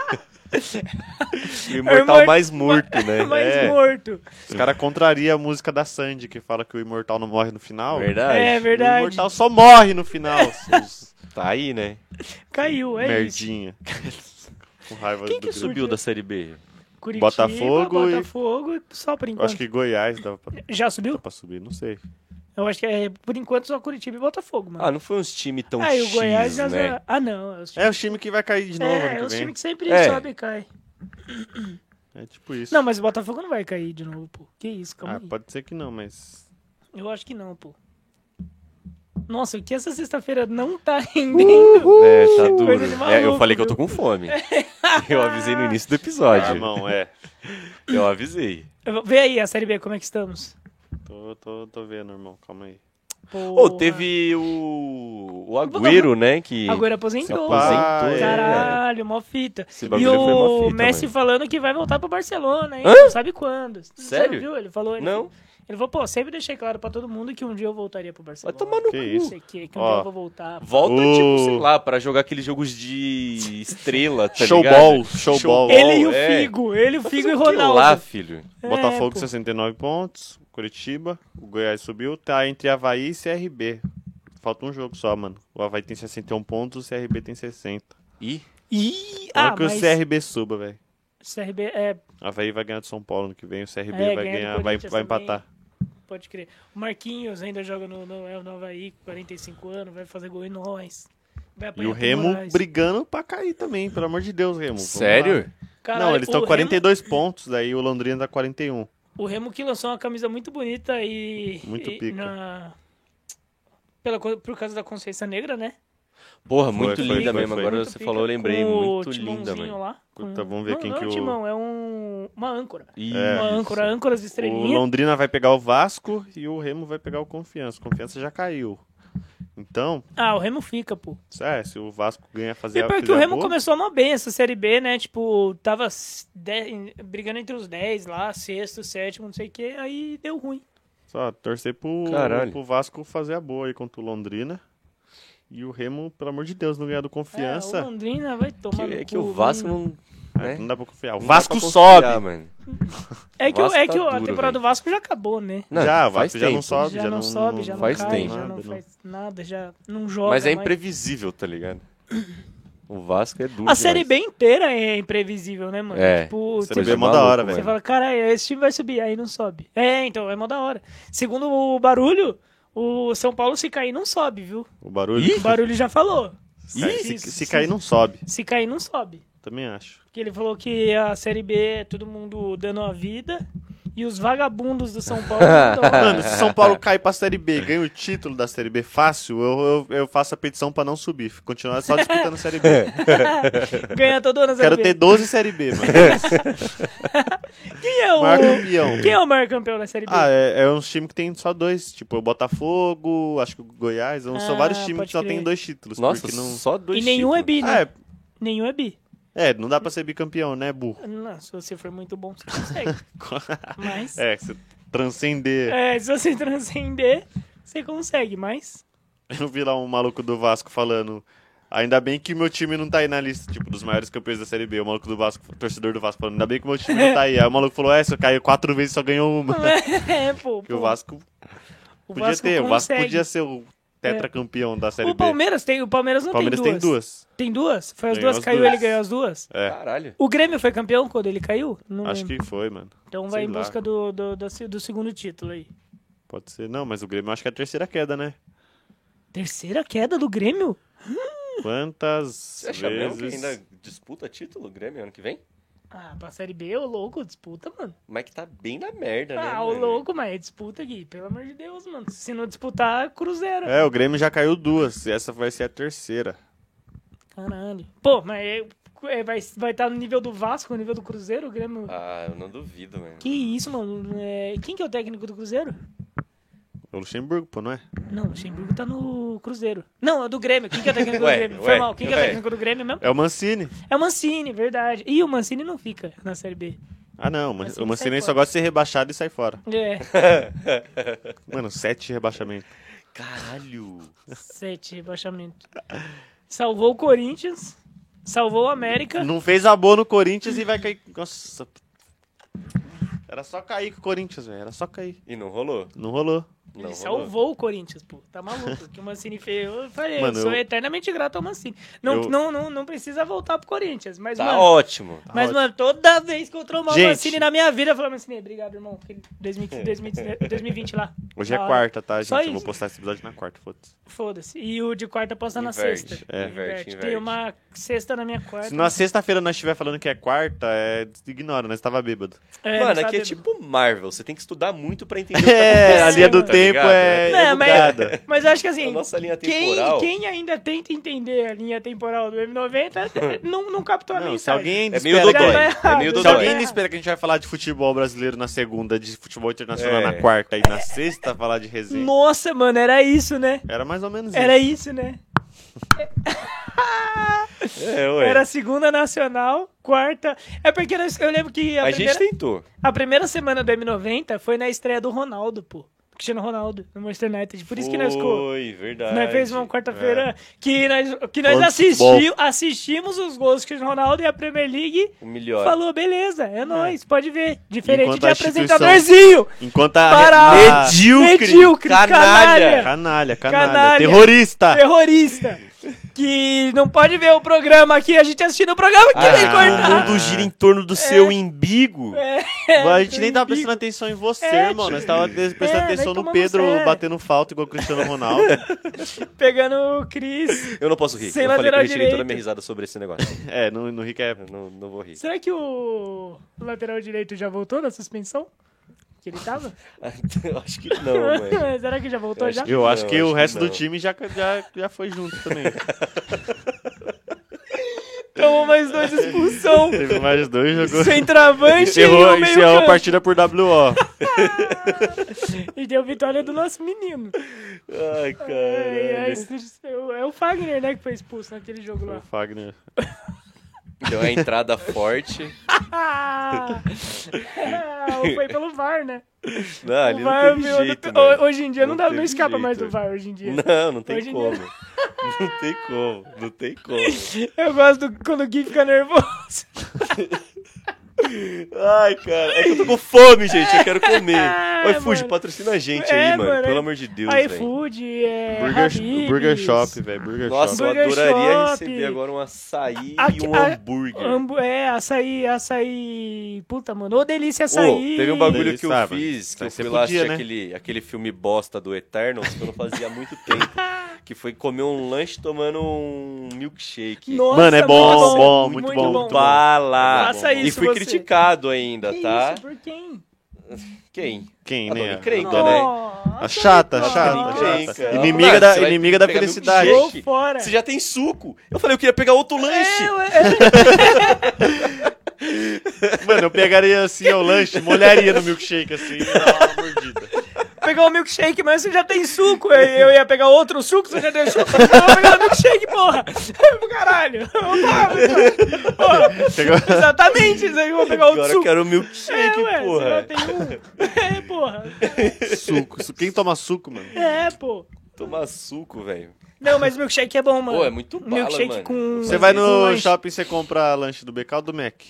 C: O imortal
A: Imor-
C: mais morto, né?
A: Mais
B: É.
A: morto.
B: Os caras contrariam a música da Sandy, que fala que o Imortal não morre no final.
C: Verdade.
A: É
B: O
A: verdade.
B: Imortal só morre no final. seus
C: Tá aí, né?
A: Caiu, é isso.
B: Merdinha. Com raiva
C: Quem
B: do
C: que
B: Grêmio.
C: subiu da Série B?
A: Curitiba,
B: Botafogo e-
A: Botafogo, só por
B: Eu
A: enquanto.
B: acho que Goiás dava pra,
A: Já subiu?
B: dava pra subir, não sei.
A: Eu acho que é, por enquanto, só Curitiba e Botafogo, mano.
C: Ah, não foi uns times tão
A: Ah, e o
C: X,
A: Goiás já...
C: né?
A: Ah, não. É os
B: É o time que vai cair de novo
A: É,
B: ano
A: é
B: que
A: os
B: vem.
A: times que sempre
C: É.
A: sobe e cai.
B: É tipo isso.
A: Não, mas o Botafogo não vai cair de novo, pô. Que isso, calma
B: ah,
A: aí.
B: pode ser que não, mas...
A: Eu acho que não, pô. Nossa, o que essa sexta-feira não tá rendendo?
C: É, tá duro.
A: Coisa de
C: É, eu
A: maluco,
C: falei que eu
A: viu?
C: tô com fome. Eu avisei no início do
B: Ah,
C: episódio.
B: mão, é.
C: Eu avisei.
A: Eu vou- Vê aí a Série B, como é que estamos.
B: Tô, tô, tô vendo, irmão. Calma aí.
C: Ô, teve o. O Agüero, né? Que
A: Agora aposentou.
B: Seu pai,
C: aposentou.
B: é.
A: Caralho, mó fita.
C: Esse
A: E
C: bagulho foi
A: o
C: mó fita,
A: Messi
C: mano.
A: falando que vai voltar pro Barcelona, hein?
C: Hã?
A: Não sabe quando. Você
C: Sério?
A: viu? Ele falou. Ele
C: Não.
A: Ele falou, pô, sempre deixei claro pra todo mundo que um dia eu voltaria pro
C: Vai
A: Barcelona.
C: tomar no
B: Que
C: cu.
B: isso?
A: Sei que, que um
B: Ó,
A: dia eu vou voltar.
C: Volta,
B: O-
C: tipo, sei lá, pra jogar aqueles jogos de estrela, tá
B: Showball,
C: ligado?
B: showball.
A: Ele e o
C: é.
A: Figo, ele, o
C: Vai
A: Figo e
C: fazer o que
A: Ronaldo.
C: lá, filho.
B: Botafogo,
A: É, pô.
B: sessenta e nove pontos. Curitiba, o Goiás subiu. Tá entre Avaí e C R B. Falta um jogo só, mano. O Avaí tem sessenta e um pontos, o C R B tem sessenta.
C: Ih,
A: Ih,
B: Olha
A: ah,
B: que
A: mas
B: o C R B suba, velho.
A: C R B, é,
B: O Avaí vai ganhar do São Paulo no que vem, o C R B
A: É,
B: vai
A: ganha do
B: ganhar, vai,
A: Corinthians
B: vai
A: também.
B: empatar.
A: pode crer. O Marquinhos ainda joga no, no, é o no Havaí, quarenta e cinco anos, vai fazer gol em nós. Vai
B: E
A: apanhar
B: o
A: pro
B: Remo
A: Moraes.
B: brigando pra cair também, pelo amor de Deus, Remo. Vamos
C: sério?
B: lá.
A: Caralho,
B: Não, eles estão
A: o
B: com quarenta e
A: Remo-
B: dois pontos, daí o Londrina tá quarenta e um.
A: O Remo que lançou uma camisa muito bonita e.
B: Muito
A: e
B: pica.
A: Na... Pela, co- por causa da consciência negra, né?
C: Porra,
B: Foi,
C: muito
B: foi,
C: linda
B: foi,
C: mesmo.
B: foi.
C: Agora
A: Muito
C: você
A: pica,
C: falou, eu lembrei.
A: com o
C: Muito linda,
A: timãozinho
C: mano.
A: lá, com-
B: Puta, vamos ver
A: não,
B: quem
A: não
B: que
A: é um
B: o-
A: timão, é um... uma âncora.
C: Ih,
B: É.
A: Uma âncora, âncoras de
B: O
A: estrelinha.
B: Londrina vai pegar o Vasco e o Remo vai pegar o Confiança. O Confiança já caiu. Então,
A: Ah, o Remo fica, pô.
B: é, se o Vasco ganha fazer
A: E
B: a
A: pior que o
B: fizer
A: Remo
B: boa,
A: começou mó bem essa Série B, né? Tipo, tava s- de- brigando entre os dez lá, sexto, sétimo, não sei o que, aí deu ruim.
B: Só torcer pro,
C: Caralho.
B: pro Vasco fazer a boa aí contra o Londrina. E o Remo, pelo amor de Deus, não ganhar do
A: É,
B: Confiança.
A: o Londrina vai tomar
C: Que,
A: no
C: é que
A: cu,
C: o Vasco
A: vai-
C: não.
B: É,
C: né?
B: não dá pra confiar. O
C: Não
B: Vasco
C: dá pra
B: sobe!
C: confiar, mano.
A: É que, o-
C: Vasco
A: é
C: tá
A: que o- a
C: duro,
A: temporada
C: velho.
A: do Vasco já acabou, né?
C: Não,
B: já, o
C: faz
B: Vasco já não
C: tempo.
B: sobe.
A: Já, não, sobe, já não
C: faz
A: cai,
C: tempo.
A: já
B: Nada,
A: não
B: não.
A: faz nada, já não joga
C: Mas é
A: mais.
C: imprevisível, tá ligado? O Vasco é duro.
A: A Série B
C: demais.
A: inteira é imprevisível, né, mano?
C: É.
A: Tipo,
B: Série
A: você-
B: B é mó
C: maluco,
B: da hora,
C: mano.
A: Você
B: velho.
A: fala, caralho, esse time vai subir, aí não sobe. É, então, é mó da hora. Segundo o Barulho, o São Paulo se cair não sobe, viu?
B: O barulho.
C: Ih!
A: O Barulho já falou.
B: Cai-
A: Se-
B: se,
A: se-
B: se cair, não sobe.
A: Se cair não sobe.
B: Também acho.
A: Porque ele falou que a Série B é todo mundo dando a vida e os vagabundos do São Paulo não dão.
B: Mano, se São Paulo cair pra Série B e ganha o título da Série B fácil, eu, eu, eu faço a petição pra não subir. Continuar só disputando a Série B.
A: Ganha todo ano a Série
B: Quero
A: B.
B: ter doze Série B, mano.
A: Quem é o
B: Maior campeão.
A: Quem é o maior campeão da Série B?
B: Ah, é, é uns times que tem só dois. Tipo, o Botafogo, acho que o Goiás. São
A: Ah,
B: vários times
A: pode
B: que só
A: crer.
B: tem dois títulos.
C: Nossa,
B: porque não...
C: só dois
A: E nenhum é
C: títulos.
A: bi, né?
B: Ah,
A: Nenhum é bi.
B: é, é, não dá pra ser bicampeão, né, burro?
A: Não, se você for muito bom, você consegue. Mas...
B: É, você transcender.
A: É, se você transcender, você consegue, mas...
B: Eu vi lá um maluco do Vasco falando. Ainda bem que meu time não tá aí na lista, tipo, dos maiores campeões da Série B. O maluco do Vasco, o torcedor do Vasco, falando, ainda bem que meu time não tá aí. Aí o maluco falou, é, se eu cair quatro vezes, só ganhou uma.
A: É, pô.
B: Porque o
A: pô,
B: Vasco
A: o
B: podia
A: Vasco
B: ter, o Vasco
A: consegue.
B: podia ser o tetracampeão da Série
A: O
B: B.
A: Palmeiras tem, o Palmeiras não
B: O Palmeiras
A: tem
B: tem
A: duas.
B: duas.
A: Tem duas? Foi as
B: Ganhou
A: duas,
B: as
A: caiu,
B: duas.
A: ele ganhou as duas?
B: É,
C: Caralho.
A: O Grêmio foi campeão quando ele caiu? Não
B: acho
A: lembro.
B: que foi, mano.
A: Então vai
B: sei
A: em
B: lá.
A: busca do, do, do, do segundo título aí.
B: Pode ser. Não, mas o Grêmio eu acho que é a terceira queda, né?
A: Terceira queda do Grêmio?
B: Quantas
C: Você acha mesmo que
B: vezes...
C: ainda disputa título o Grêmio ano que vem?
A: Ah, pra Série B, ô louco, disputa, mano.
C: Mas que tá bem na merda, né?
A: Ah, ô
C: mano?
A: louco, mas disputa aqui, pelo amor de Deus, mano. Se não disputar, Cruzeiro.
B: É, o Grêmio já caiu duas. E essa vai ser a terceira.
A: Caralho. Pô, mas é, é, vai estar vai tá no nível do Vasco, no nível do Cruzeiro, o Grêmio...
C: Ah, eu não duvido, mano.
A: Que isso, mano. É, quem que é o técnico do Cruzeiro?
B: O Luxemburgo, pô, não é?
A: Não, o Luxemburgo tá no Cruzeiro. Não, é do Grêmio. Quem que é o técnico
C: Ué,
A: do Grêmio?
C: ué,
A: Foi mal. Quem que é o
C: ué.
A: técnico do Grêmio mesmo?
B: É o Mancini.
A: É o Mancini, verdade. E o Mancini não fica na Série B.
B: Ah, não. o Man-
A: Mancini
B: o Mancini
A: sai
B: só
A: fora.
B: gosta de ser rebaixado e sai fora.
A: É,
B: Mano, sete rebaixamentos.
C: Caralho.
A: sete rebaixamento. Salvou o Corinthians, salvou o América.
B: Não fez a boa no Corinthians e vai cair... Nossa... Era só cair com o Corinthians, velho. Era só cair.
C: E não rolou?
B: Não rolou.
C: Não
A: Ele
C: rolou.
A: salvou o Corinthians, pô. Tá maluco. O que o Mancini fez. Eu falei,
B: Mano,
A: eu sou
B: eu-
A: eternamente grato ao Mancini. Não,
B: Eu-
A: não, não, não precisa voltar pro Corinthians. Mas,
C: Tá
A: mano,
C: ótimo.
A: mas,
B: ótimo.
A: mano, toda vez que eu trombar o
B: Gente.
A: Mancini na minha vida, eu falo, Mancini, obrigado, irmão. Aquele dois mil e vinte, dois mil e vinte lá.
B: Hoje é
A: Da hora.
B: quarta, tá, gente?
A: Só
B: Eu vou
A: isso.
B: postar esse episódio na quarta, foda-se.
A: Foda-se. E o de quarta posta na
C: Inverte,
A: sexta.
B: é.
C: inverte,
A: Tem
C: inverte.
A: uma sexta na minha quarta.
B: Se na sexta-feira nós estiver falando que é quarta, é... ignora, nós tava bêbado.
A: É,
C: Mano,
A: não
C: aqui é
A: sabe-
C: tipo Marvel. Você tem que estudar muito pra entender o que tá
B: É, a
C: acontecendo,
B: linha do
C: tá
B: tempo
C: ligado?
B: é,
A: Não,
B: é
A: mas,
B: bugada.
A: mas eu acho que
C: A
A: assim,
C: nossa linha
A: quem,
C: temporal.
A: quem ainda tenta entender a linha temporal do M noventa não, não captou a
B: Não, se
A: mensagem.
B: alguém ainda
C: É meio
B: espera...
C: dodói.
A: Já tá
C: É
A: errado,
C: meio
A: já
B: Se
C: dodói.
B: alguém
A: tá
B: ainda
A: errado.
B: espera que a gente vai falar de futebol brasileiro na segunda, de futebol internacional
C: É.
B: na quarta e na sexta falar de resenha.
A: Nossa, mano, era isso, né?
B: Era mais ou menos
A: Era
B: isso.
A: isso, né?
C: É, ué.
A: Era segunda nacional, quarta... É porque nós- eu lembro que a,
C: A
A: primeira,
C: gente tentou.
A: a primeira semana do M noventa foi na estreia do Ronaldo, pô. Cristiano Ronaldo, no Manchester United. Por isso que nós... co-
C: Foi, verdade.
A: Nós fez uma quarta-feira que nós, que nós
B: Falando de
A: assisti, assistimos os gols do Cristiano Ronaldo e a Premier League
C: O melhor.
A: falou, beleza, é nóis, pode ver. Diferente
B: Enquanto
A: de
B: a instituição-
A: apresentadorzinho.
B: Enquanto a...
A: Parado.
B: a-
C: Medíocre,
A: Medíocre,
C: canalha.
A: canalha.
B: Canalha, canalha.
A: Canalha.
B: Terrorista.
A: Terrorista. Que não pode ver o programa aqui, a gente assistindo o programa que vem
C: Ah, o
A: cortar.
C: mundo gira em torno do seu umbigo.
A: É,
B: a gente nem tava
A: bico.
B: prestando atenção em você,
A: É,
B: irmão. Nós tava prestando
A: é,
B: atenção
A: vai
B: no
A: tomar
B: Pedro
A: no céu.
B: batendo falta igual o Cristiano Ronaldo.
A: Pegando o Cris.
C: Eu não posso rir.
A: Sem
C: eu falei que eu
A: lateral
C: retirei toda a
A: direito.
C: minha risada sobre esse negócio.
B: É, no, no Rick é...
C: Eu não, não vou rir.
A: Será que o lateral direito já voltou da suspensão? Que ele tava?
C: Eu acho que não, mãe.
A: Será que já voltou
C: Eu acho
A: já?
B: Eu acho
C: Não,
B: que
C: acho
B: o
C: que
B: resto do
C: não.
B: time já, já, já foi junto também.
A: Tomou mais dois expulsão.
B: Teve mais dois, jogou...
A: Centroavante e
B: Encerrou,
A: o meio
B: encerrou a
A: campo.
B: partida por W O.
A: E deu vitória do nosso menino.
C: Ai,
A: É, é,
C: caralho.
A: é, é o Fagner, né, que foi expulso naquele jogo
B: O
A: lá.
B: Fagner.
C: Deu a entrada forte.
A: Ah, foi pelo V A R, né?
C: Não, ali
A: o
C: não
A: V A R,
C: teve
A: meu,
C: jeito,
A: não-
C: mano.
A: hoje em dia não, dá, não
C: teve
A: escapa mais
C: jeito.
A: do V A R hoje em dia.
C: Não, não tem
A: Hoje em
C: como.
A: dia-
C: Não tem como, não tem como.
A: Eu gosto do- quando o Gui fica nervoso.
C: Ai, cara, é que eu tô com fome, gente, eu quero comer.
A: É,
C: O iFood,
A: mano.
C: patrocina a gente
A: É,
C: aí, mano,
A: mano,
C: pelo
A: é-
C: amor de Deus, velho.
A: iFood, é,
B: Burger,
A: Habib's.
B: Burger Shop, velho. Burger
C: Nossa,
B: Shop.
C: eu
A: Burger
C: adoraria
A: Shop.
C: receber agora um açaí
A: Aqui-
C: e um
A: a-
C: hambúrguer.
A: Ambu- é, açaí, açaí... Puta, mano, ô delícia
C: Ô,
A: açaí.
C: teve um bagulho
B: Delícia,
C: que eu
B: sabe?
C: fiz, que
B: Aí
C: eu
B: você
C: fui lá
B: podia,
C: assistir
B: né?
C: aquele, aquele filme bosta do Eternals, que eu não fazia há muito tempo. Que foi comer um lanche tomando um milkshake.
A: Nossa,
B: Mano, é bom,
A: muito
B: bom, muito bom, muito bom.
C: Bala!
A: Faça
C: E
A: isso,
C: fui
A: você.
C: criticado ainda,
A: Que
C: tá?
A: isso, por quem?
C: Quem?
B: Quem,
C: A
B: né?
C: dona encrenca,
B: dona-
C: né?
A: Nossa,
B: A chata,
A: cara.
B: chata,
C: Encrenca.
B: chata.
C: Ela
B: Inimiga
C: falou,
B: da,
C: "Ah, você vai
B: inimiga da
C: pegar
B: felicidade.
C: milkshake?
A: Tô fora.
C: Você já tem suco. Eu falei, eu queria pegar outro lanche.
A: É, ué,
B: Mano, eu pegaria assim o lanche, molharia no milkshake assim e dar uma mordida.
A: pegar o milkshake, mas você já tem suco. Eu, eu ia pegar outro suco, você já tem suco. Eu vou pegar o milkshake, porra. Caralho. Porra, porra.
B: Pegou-
A: Exatamente, isso aí eu vou pegar outro
C: Agora eu
A: suco.
C: quero milkshake,
A: é, ué, você
C: porra.
A: já tem um. É, porra.
B: Suco. Su- Quem toma suco, mano?
A: É, pô.
C: Tomar suco, velho.
A: Não, mas milkshake é bom, mano.
C: Pô, é muito bala,
A: Milkshake
C: mano.
A: com...
B: Você vai
A: com
B: no
A: lanche.
B: shopping e você compra lanche do B K ou do Mac?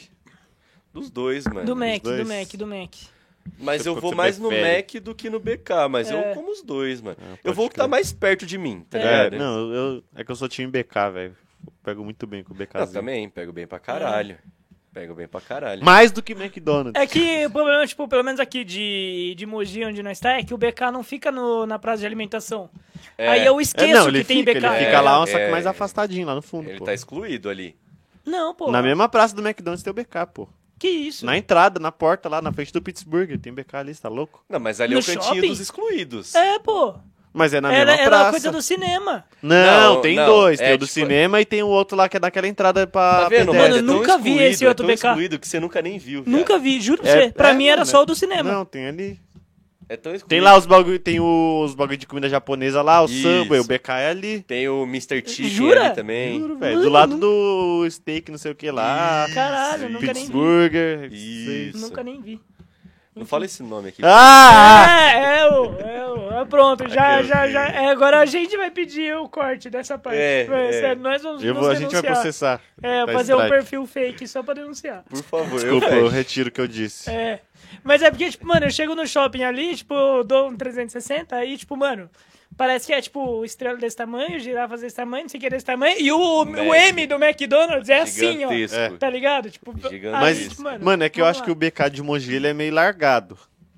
C: Dos dois, mano.
A: Do Mac,
B: dois.
A: do Mac, do Mac.
C: Mas
B: Você-
C: eu vou
B: você
C: mais no
B: prefere?
C: Mac do que no B K, mas
A: É.
C: eu como os dois, mano.
B: Ah,
C: eu
B: pode
C: vou o que tá
B: crer.
C: mais perto de mim, tá
B: É,
C: ligado?
B: não, eu, é que eu sou time B K, velho. Eu pego muito bem com o
C: Não,
B: BKzinho.
C: também, pego bem pra caralho. Pego bem pra caralho.
B: Mais do que McDonald's.
A: É que o problema, tipo, pelo menos aqui de, de Mogi, onde nós tá, é que o B K não fica no, na praça de alimentação.
C: É.
A: Aí eu
B: É,
A: esqueço
B: não,
A: que
B: ele
A: tem
B: fica,
A: B K.
B: ele fica
C: É,
B: lá, só que
C: é.
B: mais afastadinho, lá no fundo,
C: Ele
B: pô.
C: tá excluído ali.
A: Não, pô.
B: Na mesma praça do McDonald's tem o B K, pô.
A: Que isso?
B: Na entrada, na porta lá, na frente do Pittsburgh, tem B K ali, você tá louco?
C: Não, mas ali
A: No
C: é o cantinho
A: shopping?
C: dos excluídos.
A: É, pô.
B: Mas é na
A: Era,
B: mesma
A: era
B: praça.
A: a coisa do cinema.
B: Não,
C: Não,
B: tem
C: não,
B: dois.
C: é
B: Tem o do
C: tipo-
B: cinema e tem o outro lá que é daquela entrada pra
C: Tá vendo,
B: pedestre.
C: mano?
A: Mano,
C: É tão
A: nunca vi
C: excluído,
A: esse outro
C: é tão
A: B K.
C: excluído que você nunca nem viu, viado.
A: Nunca vi, juro pra
B: É-
A: você. Pra
B: é,
A: mim era
B: mano,
A: só o do cinema.
B: Não, tem ali.
C: É tão excluído.
B: Tem lá os bagulho, tem os bagulho de comida japonesa lá, o
C: Isso.
B: Subway, o B K é ali.
C: Tem o mister Chicken
A: Jura?
C: ali também.
B: Juro, velho.
A: Mano,
B: Do lado
A: não-
B: do steak, não sei o que lá.
A: Caralho, nunca nem vi.
B: Pittsburgher.
C: Isso.
A: Nunca nem vi.
C: Não fala esse nome aqui.
B: Ah!
A: É, é o, é o. É pronto, já,
C: Aqui,
A: já,
C: ok.
A: já. É, agora a gente vai pedir o corte dessa parte.
C: É,
A: É,
C: é.
A: sério, nós vamos
B: Eu
A: nos
B: vou, a gente vai
A: denunciar.
B: processar.
A: É,
B: Vai
A: fazer um
B: strike.
A: perfil fake só pra denunciar.
C: Por favor,
B: Desculpa,
C: eu
B: eu
C: fecho.
B: retiro o que eu disse.
A: É. Mas é porque, tipo, mano, eu chego no shopping ali, tipo, eu dou um trezentos e sessenta, aí, tipo, mano, parece que é, tipo, estrela desse tamanho, girafas desse tamanho, não sei o que desse tamanho, e o, o
C: Mac.
A: M do McDonald's é assim, ó.
C: Gigantesco.
B: É.
A: Tá ligado? Tipo,
C: Gigantesco.
A: aí,
B: Mas,
A: tipo,
B: mano, é que eu
A: vamos
B: acho
A: lá.
B: que o B K de Mogi ele é meio largado.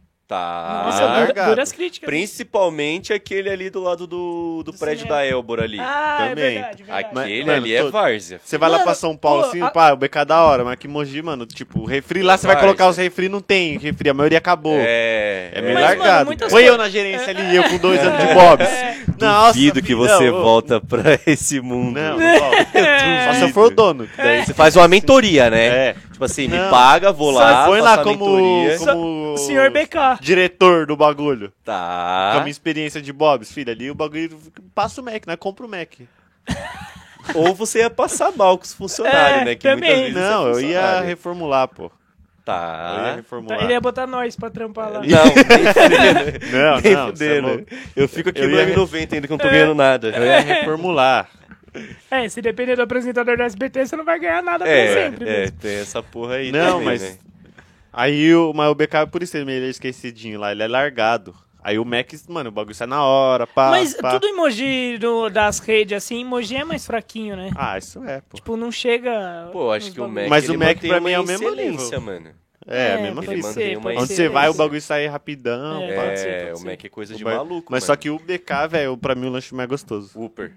C: Tá.
A: Nossa,
B: Ah,
A: dura-
B: largado.
A: duras críticas.
C: Principalmente aquele ali do lado do, do,
A: Do
C: prédio
A: cinema.
C: da Elbor ali.
A: Ah,
B: também.
A: é verdade, verdade.
C: Aquele
B: Mano,
C: ali é
B: tô-
C: várzea.
B: Você vai lá
A: Mano,
B: pra São Paulo
A: pô,
B: assim,
A: a-
B: pá, o B K é da hora, mas aqui em Mogi, mano, tipo, o refri lá você vai
C: Várzea.
B: colocar os refri, não tem refri, a maioria acabou. É,
C: É,
B: meio
A: Mas, mano,
B: largado.
A: muitas
B: Foi eu
A: coisas-
B: na gerência ali, eu com dois anos de Bob's. Nossa,
C: Duvido que
B: filho,
C: você
B: não, ô,
C: volta pra esse mundo.
B: Não, não volto. Só se eu for o dono.
C: Daí você faz uma mentoria, né?
B: É.
C: Tipo assim, me
B: Não.
C: paga, vou
B: Só
C: lá,
B: põe
C: faço
B: lá
C: a
B: como,
C: mentoria.
B: como
A: Senhor B K.
B: diretor do bagulho. Com a
C: Tá.
B: minha experiência de Bob's, filho, ali o bagulho passa o Mac, né? Compra o Mac.
C: Ou você ia passar mal com os funcionários,
A: É,
C: né? Que
A: também.
C: muitas vezes
B: Não,
C: é
B: eu ia
C: funcionário.
B: reformular, pô. Eu ia
C: Tá.
B: reformular.
A: Ele ia botar nós pra trampar lá.
C: Não, nem fudendo.
B: Não,
C: Nem
B: não, você é
C: fudendo.
B: louco.
C: Eu fico aqui
B: Eu
C: no
B: ia-
C: M noventa ainda que eu não tô ganhando nada.
B: Eu ia reformular.
A: É, se depender do apresentador do S B T, você não vai ganhar nada pra
C: É,
A: sempre.
C: é,
A: mesmo.
C: tem essa porra aí
B: Não,
C: também,
B: mas...
C: né?
B: Aí o, mas o B K, por isso ele é esquecidinho lá, ele é largado. Aí o Mac, mano, o bagulho sai na hora, pá,
A: Mas
B: pá.
A: tudo emoji do- das redes, assim, emoji é mais fraquinho, né?
B: Ah, isso é, pô.
A: Tipo, não chega...
C: Pô, acho
A: nos
C: que o
A: bagulho.
C: Mac,
B: Mas
C: ele
B: o Mac
C: mantém
B: pra
C: uma
B: mim é o mesmo
C: excelência,
B: nível.
C: mano.
B: É, a
A: É,
B: mesma
A: pode
C: Ele
B: fita.
A: ser,
C: mantém uma
A: pode
B: Onde
A: ser,
B: você vai,
A: pode
B: o
A: ser.
B: bagulho sai rapidão,
A: É,
B: pá.
A: pode ser,
C: É,
A: pode
C: o
A: ser.
C: Mac é coisa de
B: Mas-
C: maluco,
B: Mas
C: mano.
B: só que o B K, velho, pra mim o lanche mais gostoso.
C: Upper.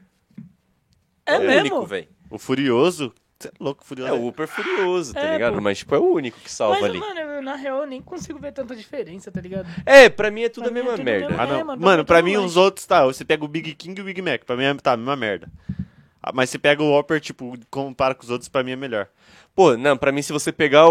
A: É,
C: o
A: mesmo?
C: único, velho.
B: O Furioso, você é louco, o
C: É
B: Furioso.
C: o Upper furioso, tá
A: É,
C: ligado?
A: pô.
C: Mas, tipo, é o único que salva
A: Mas,
C: ali.
A: mano, eu, na real, eu nem consigo ver tanta diferença, tá ligado?
C: É, pra mim é tudo
A: Pra
C: a
A: mim é
C: mesma
A: tudo
C: merda.
A: mesmo.
B: Ah,
A: É,
B: não.
A: mano,
B: Mano,
A: pra
B: pra
A: mim
B: mim
A: tudo
B: os outros, tá, você pega o Big King e o Big Mac, pra mim é tá, a mesma merda. Ah, mas você pega o Whopper, tipo, compara com os outros, pra mim é melhor.
C: Pô, não, pra mim, se você pegar o,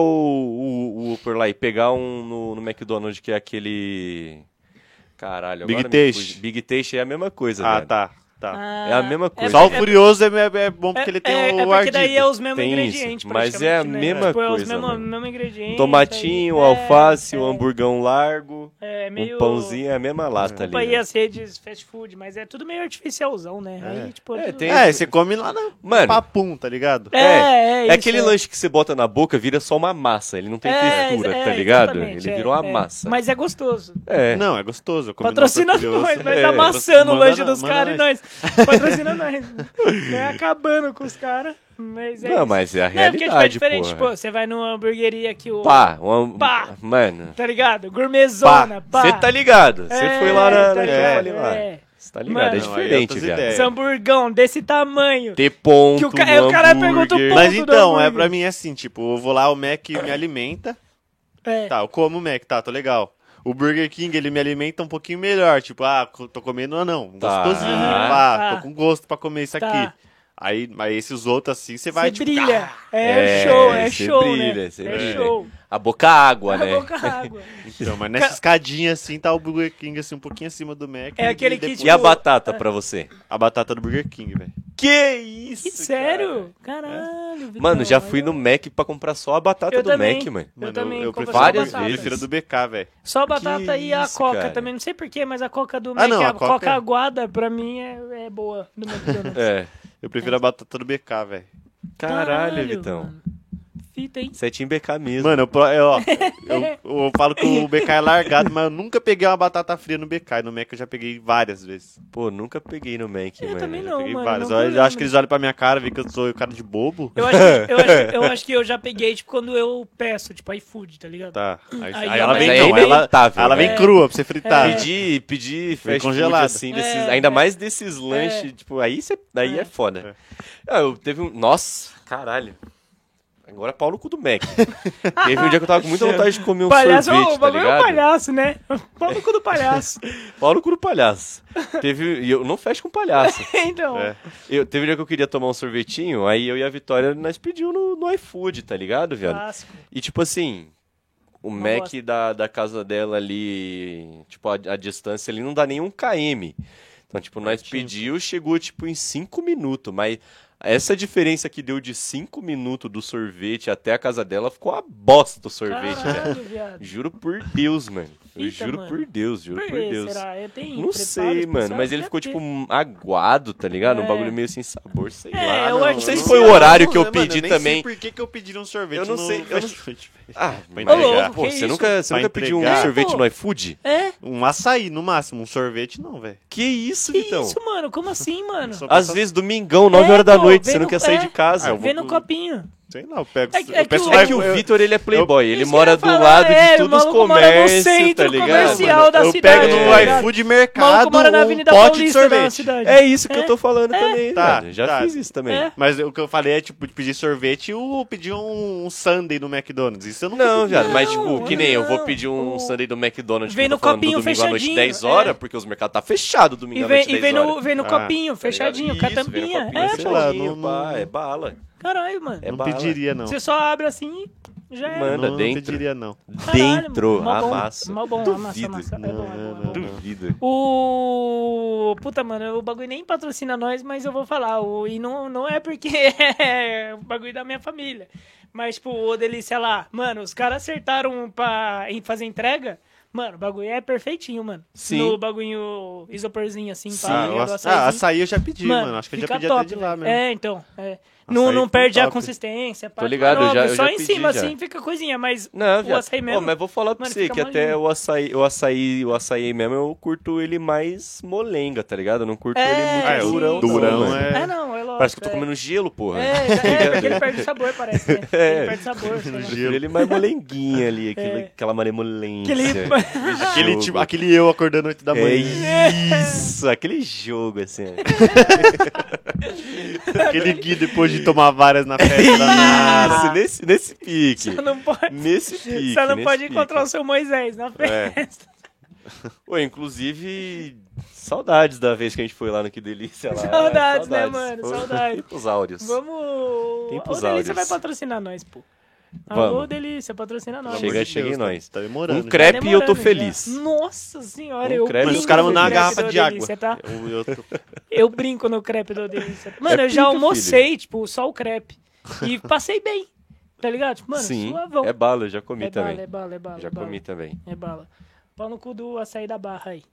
C: o, o Upper lá e pegar um no, no McDonald's, que é aquele... Caralho,
B: Big
C: agora me
B: Taste.
C: fuge. Big Taste é a mesma coisa,
B: Ah,
C: velho.
B: tá, tá.
A: Ah,
C: É a mesma coisa.
B: Só o
A: é-
B: Furioso é, é- é bom porque
A: é-
B: ele tem
A: é,
B: o
A: é porque
B: ardido.
A: daí é os mesmos
C: Tem
A: ingredientes,
C: isso, mas é a
A: praticamente, né?
C: mesma
A: Tipo, é os
C: coisa,
A: mesmos,
C: mano.
A: mesmo ingrediente.
C: Tomatinho,
A: aí-
C: alface,
A: é,
C: um
A: é,
C: hamburgão largo,
A: É meio...
C: um pãozinho, é a mesma lata ali.
A: Desculpa aí
C: né?
A: as redes fast food, mas é tudo meio artificialzão, né? Aí, tipo,
C: É,
A: tudo-
C: tem-
B: É, você come lá na
C: Mano.
B: papum, tá ligado?
A: É, é,
C: É
A: isso,
C: aquele
A: é.
C: lanche que você bota na boca, vira só uma massa. Ele não tem
A: É,
C: textura,
A: é,
C: tá ligado?
A: exatamente,
C: Ele
A: é,
C: virou uma
A: é.
C: massa.
A: Mas é gostoso.
C: É.
B: Não, é gostoso. eu comi no
A: Patrocina
B: Whopper Furioso.
A: nós, nós
C: É,
A: amassando o
B: manda
A: lanche
B: na-
A: dos
B: manda
A: caras e nós. Patrocina nós. É acabando com os caras. Mas é
C: Não,
A: isso.
C: mas é a
A: Não, porque tipo, é
C: realidade,
A: diferente.
C: porra.
A: Tipo, você vai numa hamburgueria que o.
C: Pá, uma...
A: Pá.
C: Mano,
A: Tá ligado? Gourmetzona, pá.
C: você tá ligado. Você
A: É,
C: foi lá na,
A: tá
C: na que eu
A: ligado,
C: falei lá.
A: é.
C: Você tá ligado,
A: Mano,
C: é
B: Não, aí é
C: diferente,
B: outras
C: viado.
B: ideias.
A: Esse hamburgão desse tamanho.
C: Ter ponto
A: Que o ca-
C: no
A: é, o cara pergunta o
C: hambúrguer.
A: ponto.
B: Mas
A: do
B: então, é
A: hambúrguer.
B: pra mim é assim, tipo, eu vou lá, o Mac me alimenta,
A: É.
B: tá, eu como o Mac, tá, tô legal. O Burger King, ele me alimenta um pouquinho melhor, tipo, ah, tô comendo ou não,
C: Tá.
B: gostosinho,
A: Aham.
B: pá,
A: Tá.
B: tô com gosto pra comer isso
A: Tá.
B: aqui. Aí, mas esses outros assim, você vai,
A: Você
B: tipo,
A: brilha.
B: ah,
A: É, show, é
C: cê
A: show,
C: brilha,
A: né?
C: cê
A: É
C: brilha.
A: show.
C: A boca água,
A: A
C: né?
A: boca água.
B: então, mas nessa escadinha assim, tá o Burger King assim, um pouquinho acima do Mac.
A: É
B: e
A: aquele que,
B: depois-
C: E a
A: tipo,
C: batata pra você?
B: A batata do Burger King, velho.
C: Que isso,
A: Que sério? Caralho, Vitão,
C: Mano, já fui
A: olha.
C: no Mac pra comprar só a batata
A: Eu
C: do
A: também.
C: Mac, mano.
A: Eu
B: Mano,
A: também
B: eu,
A: compro
B: prefiro,
A: só
C: várias
A: batata.
B: eu prefiro a do B K, velho.
A: Só a batata
C: Que
A: e a
C: isso,
A: coca
C: cara.
A: também. Não sei porquê, mas a coca do
B: Ah,
A: Mac,
B: não,
A: a,
B: a
A: coca...
B: Coca-
A: aguada, pra mim, é, é boa do McDonald's.
C: É.
B: Eu prefiro a batata do B K, velho.
C: Caralho, Vitão.
A: mano. Fita, hein?
C: Você é Team B K mesmo.
B: Mano, eu, pro- eu, ó, eu, eu falo que o B K é largado, mas eu nunca peguei uma batata fria no B K. E no Mac eu já peguei várias vezes.
C: Pô, nunca peguei no Mac,
A: Eu
C: mano.
A: também
B: Já
A: não,
B: peguei
A: mano.
B: várias.
A: não
B: Eu,
A: vou
B: eu
A: não,
B: acho que
A: mas-
B: eles olham pra minha cara, veem que eu sou cara de bobo.
A: Eu acho, que, eu, acho, eu acho que eu já peguei, tipo, quando eu peço, tipo, iFood, tá ligado?
B: Tá. Aí,
A: Aí
B: aí
A: eu-
B: ela vem,
C: Mas
B: não,
C: é
B: ela,
C: inevitável,
B: ela vem
A: né?
B: crua pra você fritar.
A: É.
C: Pedir, pedir
B: Vem
C: fast food
B: congelado.
C: assim, desses,
A: É,
C: ainda
A: é.
C: mais desses lanches, tipo, aí, cê, aí é.
A: É.
C: foda. Ah, eu teve um... Nossa, caralho. Agora pau no cu do Mac. Teve um dia que eu tava com muita vontade de comer um
A: Palhaço,
C: sorvete,
A: o
C: tá
A: bagulho é um
C: ligado?
A: palhaço, né? Pau no cu do palhaço.
C: Pau no cu do palhaço. Teve... E eu não fecho com palhaço.
A: Então,
B: É.
C: Eu, teve um dia que eu queria tomar um sorvetinho, aí eu e a Vitória, nós pedimos no, no iFood, tá ligado, viado?
A: clássico.
C: E tipo assim, o
A: Uma
C: Mac
A: bosta.
C: da, da casa dela ali, tipo, a, a distância ali não dá nem um quilômetro. Então, tipo, nós
B: Pertinho.
C: pediu, chegou, tipo, em cinco minutos, mas essa diferença que deu de cinco minutos do sorvete até a casa dela ficou uma bosta o sorvete, velho.
A: Caralho, viado.
C: Juro por Deus, mano. Eu
A: Eita,
C: juro
A: mano.
C: por Deus, juro
A: Por
C: por
A: que
C: Deus.
A: será? Eu tenho
C: Não
A: preparo
C: sei,
A: especial?
C: mano, mas ele
A: Deve
C: ficou,
A: ter.
C: tipo, um aguado, tá ligado? Um
A: É.
C: bagulho meio sem sabor, sei
A: É,
C: lá.
A: eu
C: não,
A: acho
C: não
A: que
C: sei se
A: sim.
C: foi o
A: Não,
C: horário que eu
B: Mano,
C: pedi
B: nem
C: também.
B: sei por que, que eu pedi um sorvete
C: Eu não
B: no
C: sei, eu não-
B: fast food, velho.
C: Ah,
B: Pra
C: mas,
B: entregar.
C: pô,
A: que
C: você
A: isso?
C: nunca, você
B: Pra
C: nunca pediu um
B: entregar.
C: sorvete
A: Pô.
C: no iFood?
A: É?
B: Um açaí, no máximo. Um sorvete, não, velho.
C: Que isso,
A: Que
C: Vitão?
A: isso, mano? Como assim, mano?
B: Só
C: Às
B: pra-
C: vezes, domingão, nove
A: É,
C: horas da
A: pô,
C: noite,
A: vem
C: você não
A: no-
C: quer sair
A: é.
C: de casa.
B: Ah, eu
A: Vê
B: vou-
A: no copinho.
B: Sei lá, eu pego...
A: É que-
B: eu
A: é que
B: peço
A: o-
B: no
C: É que o
B: eu-
C: Vitor, ele é playboy, ele
A: Isso que
C: mora
A: eu ia
C: do
A: falar,
C: lado
A: é,
C: de
A: o
C: todos os
A: maluco mora no
C: comércios,
A: centro
C: tá ligado?
A: comercial da
B: eu
A: cidade,
B: pego
A: tá
B: no
A: ligado?
B: iFood
A: O maluco
B: mercado
A: mora na
B: um
A: Avenida
B: pote de
A: Paulista da
B: sorvete.
A: cidade.
C: É isso que
A: É,
C: eu tô falando também,
B: Tá,
C: velho. Já
B: tá.
C: fiz isso também.
A: É.
B: Mas o que eu falei é, tipo, de pedir sorvete ou pedir um, um sundae no McDonald's. Isso eu não
C: Não,
B: pedi.
C: viado, mas
A: Não,
C: tipo, que nem eu vou
A: não.
C: pedir um
A: O-
C: sundae do McDonald's
A: Vem
C: que eu
A: no
C: tô falando do
A: copinho
C: domingo à noite
A: fechadinho,
C: dez horas,
A: é.
C: porque os mercados tá fechado domingo
A: E
C: à
A: vem,
C: noite
A: e
C: dez
A: vem, no,
C: horas.
A: vem no
B: Ah,
A: copinho,
C: Tá ligado?
A: fechadinho, com a
C: Isso, vem no
A: tampinha.
C: copinho
A: É,
B: sei
A: pô.
B: lá,
C: fechadinho,
B: não-
C: pá,
B: não-
C: é bala.
A: Caralho, mano.
C: É
B: Não
C: bala.
B: pediria, não.
A: Você só abre assim e Já é.
C: Manda
B: não, não
C: dentro.
B: pediria, não.
C: Dentro,
A: mó bom,
C: amassa.
A: Mó bom, amassa,
C: Duvido.
A: amassa. É bom, é bom, é bom.
C: Duvido.
A: O... Puta, mano, o bagulho nem patrocina nós, mas eu vou falar. O... E não, não é porque é o bagulho da minha família. Mas, tipo, o Delícia lá, mano, os caras acertaram pra em fazer entrega. Mano, o bagulho é perfeitinho, mano.
C: Sim.
A: No bagulho isoporzinho, assim,
B: Sim,
A: pra
B: o
A: ligar do
B: aça- ah,
A: açaizinho.
B: açaí eu já pedi, mano. Acho que eu já
A: fica
B: pedi
A: top,
B: até de lá
A: velho.
B: mesmo.
A: É, então. É. Não,
B: Açaí
A: não
B: foi
A: perde a
B: top.
A: consistência. pá.
C: Tô ligado,
A: Não,
C: já- eu
A: Só
C: já
A: em
C: pedi,
A: cima,
C: já.
A: assim, fica coisinha, mas
C: Não,
A: o
C: viado.
A: açaí
C: Ô,
A: mesmo...
C: mas vou falar pra
A: mano,
C: você
A: fica
C: que até
A: molinho.
C: o açaí, o açaí, o açaí mesmo, eu curto ele mais molenga, tá ligado? Eu não curto
A: É,
C: ele muito
B: É, o
C: durão,
B: durão
C: não, mano.
B: é-
A: É, não, é lógico.
C: Parece que eu tô
A: é.
C: comendo gelo, porra.
A: É, é, porque ele perde o sabor, parece, né?
C: É.
A: Ele perde sabor. sei lá.
C: Eu prefiro ele mais molenguinho ali, aquele,
A: É.
C: aquela malemolência.
A: Aquele...
B: Aquele,
C: Jogo.
B: tipo, aquele eu acordando oito da
C: É
B: manhã.
C: isso, aquele jogo, assim.
B: Aquele Gui depois de tomar várias na festa. da-
C: Isso, nesse, nesse pique.
A: Só não pode,
C: Nesse pique.
A: só não
C: nesse
A: pode
C: pique.
A: encontrar o seu Moisés na
C: É.
A: festa.
C: Pô, inclusive, saudades da vez que a gente foi lá no Que Delícia. Lá.
A: Saudades, né, mano?
C: Pô,
A: Saudades.
C: Tempos áureos.
A: Vamos...
C: Tempos
A: O Delícia
C: áureos.
A: vai patrocinar nós, pô.
C: Vamos.
A: Alô, Delícia, patrocina nós.
C: Chega,
B: Pelo amor de
C: chega em
B: Deus, tá-
C: nós.
B: Tá demorando.
C: Um
B: já.
C: crepe e eu tô
A: demorando
C: feliz.
A: já. Nossa senhora,
C: Um
A: eu
C: crepe.
B: Mas
A: brinco
B: os caras
A: no
B: mandam uma
A: crepe
B: garrafa
A: do
B: de água.
A: Delícia, tá?
B: Eu, eu tô-
A: Eu brinco no crepe do Delícia. Mano,
C: É
A: eu já
C: pica,
A: almocei, tipo, só o crepe. E passei bem, tá ligado? Tipo, mano,
C: Sim,
A: suavão.
C: é bala, eu já comi
A: é
C: também.
A: bala, é bala, é bala.
C: já
A: é bala.
C: comi também.
A: É bala. Pau no cu do açaí da barra aí.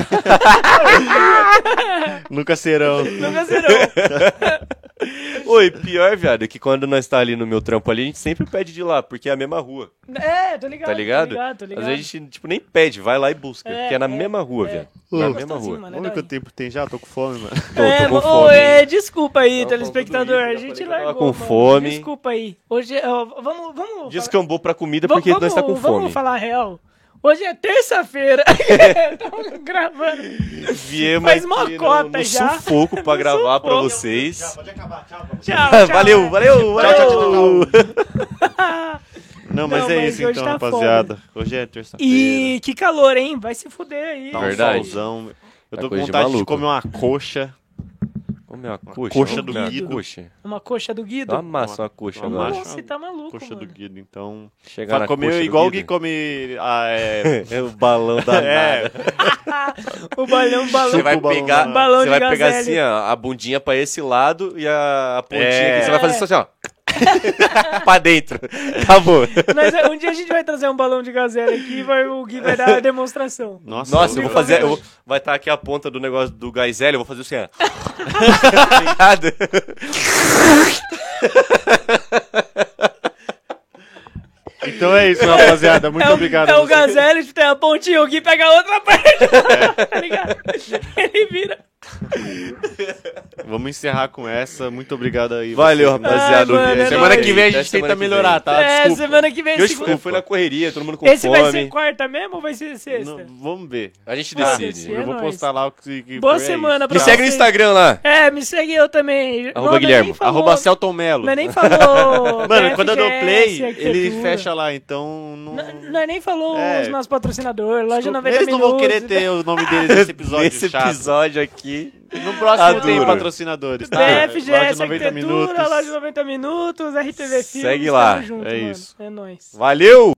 B: Nunca serão.
A: Nunca zerou.
C: Oi, pior, viado, é que quando nós tá ali no meu trampo ali, a gente sempre pede de lá, porque é a mesma rua,
A: É, tô ligado.
C: tá ligado?
A: Tô ligado, tô ligado.
C: Às vezes a gente, tipo, nem pede, vai lá e busca,
A: É,
C: que é na
A: é,
C: mesma rua,
A: é.
C: viado.
A: É
C: Na
A: gostosinho,
C: mesma rua.
A: mano, é
B: Vamos ver
A: da
B: quanto tempo tem já? Tô com fome, mano.
C: Tô,
A: É,
C: tô com
A: ô,
C: fome.
A: é, desculpa aí,
C: Tava
A: telespectador.
C: falando
A: A
C: isso, já
A: gente
C: falei que eu tava
A: largou.
C: com
A: mano.
C: fome.
A: Desculpa aí. Hoje, ó, vamos, vamos.
C: Descambou pra comida
A: vamos,
C: porque nós tá com
A: vamos,
C: fome.
A: Vamos falar a real. Hoje é terça-feira. Estamos gravando.
C: Viemos
A: Faz mó
C: aqui no-
A: cota
C: no
A: já.
C: sufoco pra
A: No
C: gravar pra
A: sufoco.
C: vocês.
B: Pode acabar, tchau.
A: Tchau, tchau.
C: valeu, valeu, valeu.
B: Tchau, tchau, Não, mas
A: Não,
B: é
A: mas
B: isso
A: hoje
B: então,
A: tá
B: rapaziada. Hoje é terça-feira.
A: E que calor, hein? Vai se fuder aí.
B: Tá um
C: Verdade.
B: solzão. Eu
C: Tá
B: tô com
C: coisa de
B: vontade de,
C: maluco.
B: comer uma coxa.
C: Come uma coxa.
B: coxa
C: vamos
B: do
C: comer uma
B: Guido.
C: Coxa.
A: Uma coxa do Guido.
C: Dá uma massa, uma coxa
B: Uma
C: agora.
B: massa.
A: Nossa, você tá maluco,
B: Coxa
A: mano.
B: do Guido, então...
C: Chegar
B: Vai
C: na
B: comer
C: coxa do
B: igual o
C: Guido.
B: Gui come... Ah, é...
C: É o balão da
B: é,
A: O balão, o balão.
C: Você vai
B: o balão
C: pegar,
B: da-
A: balão
C: você
A: de
C: vai pegar
A: gazelle.
C: assim, ó, a bundinha pra esse lado e a, a pontinha
B: É.
C: aqui. Você vai fazer isso assim, ó. pra dentro. Acabou.
A: Mas é, um dia a gente vai trazer um balão de gazela aqui e vai, o Gui vai dar a demonstração.
B: Nossa,
C: Nossa, eu vou fazer. Eu vou- vai estar aqui a ponta do negócio do gás hélio, eu vou fazer assim, ó. Tá ligado?
B: Então é isso, rapaziada. Muito
A: é o,
B: obrigado.
A: É
B: a
A: o
B: você.
A: gazela, tipo, tem a pontinha, o Gui pega a outra parte. Tá ligado? Ele vira.
B: Vamos encerrar com essa. Muito obrigado aí.
C: Valeu,
B: você.
C: rapaziada.
A: Ai, mano, é
B: Semana
A: nóis.
B: que vem a
C: Até
B: gente
C: semana
B: tenta
C: que vem.
B: melhorar, tá?
A: é,
B: Desculpa.
A: semana que vem,
C: E hoje
A: segunda.
C: foi, foi na correria, todo mundo com
A: Esse
C: fome.
A: vai ser quarta mesmo ou vai ser sexta?
B: Não, vamos ver.
C: A gente
A: Foda-se,
C: decide.
A: é
B: eu vou
A: nóis.
B: postar lá o que, que
A: Boa
B: foi, é
A: semana
B: isso.
A: pra
C: Me segue no
A: vocês.
C: Instagram lá.
A: É, me segue eu também.
C: Arroba
A: Não, nós
C: Guilherme.
A: nem falou-
B: Arroba Celton Melo.
A: Nós nem falou.
B: Mano, quando eu dou
A: B F G
B: play,
A: S,
B: ele
A: arquitetura.
B: fecha lá, então não...
A: N- Nós nem falou
B: É.
A: os nossos patrocinadores, loja noventa
B: Eles não
A: minutos.
B: vão querer ter o nome deles nesse episódio
C: Nesse
B: chato.
C: episódio aqui.
B: No próximo tem
C: Adoro.
B: patrocinadores, tá?
A: B F G
B: Loja
A: S
B: noventa
A: Arquitetura,
B: minutos.
A: loja noventa minutos, R T V Filmes.
C: Segue lá.
A: tamo junto,
B: É
A: mano.
B: isso.
A: É nóis.
C: Valeu!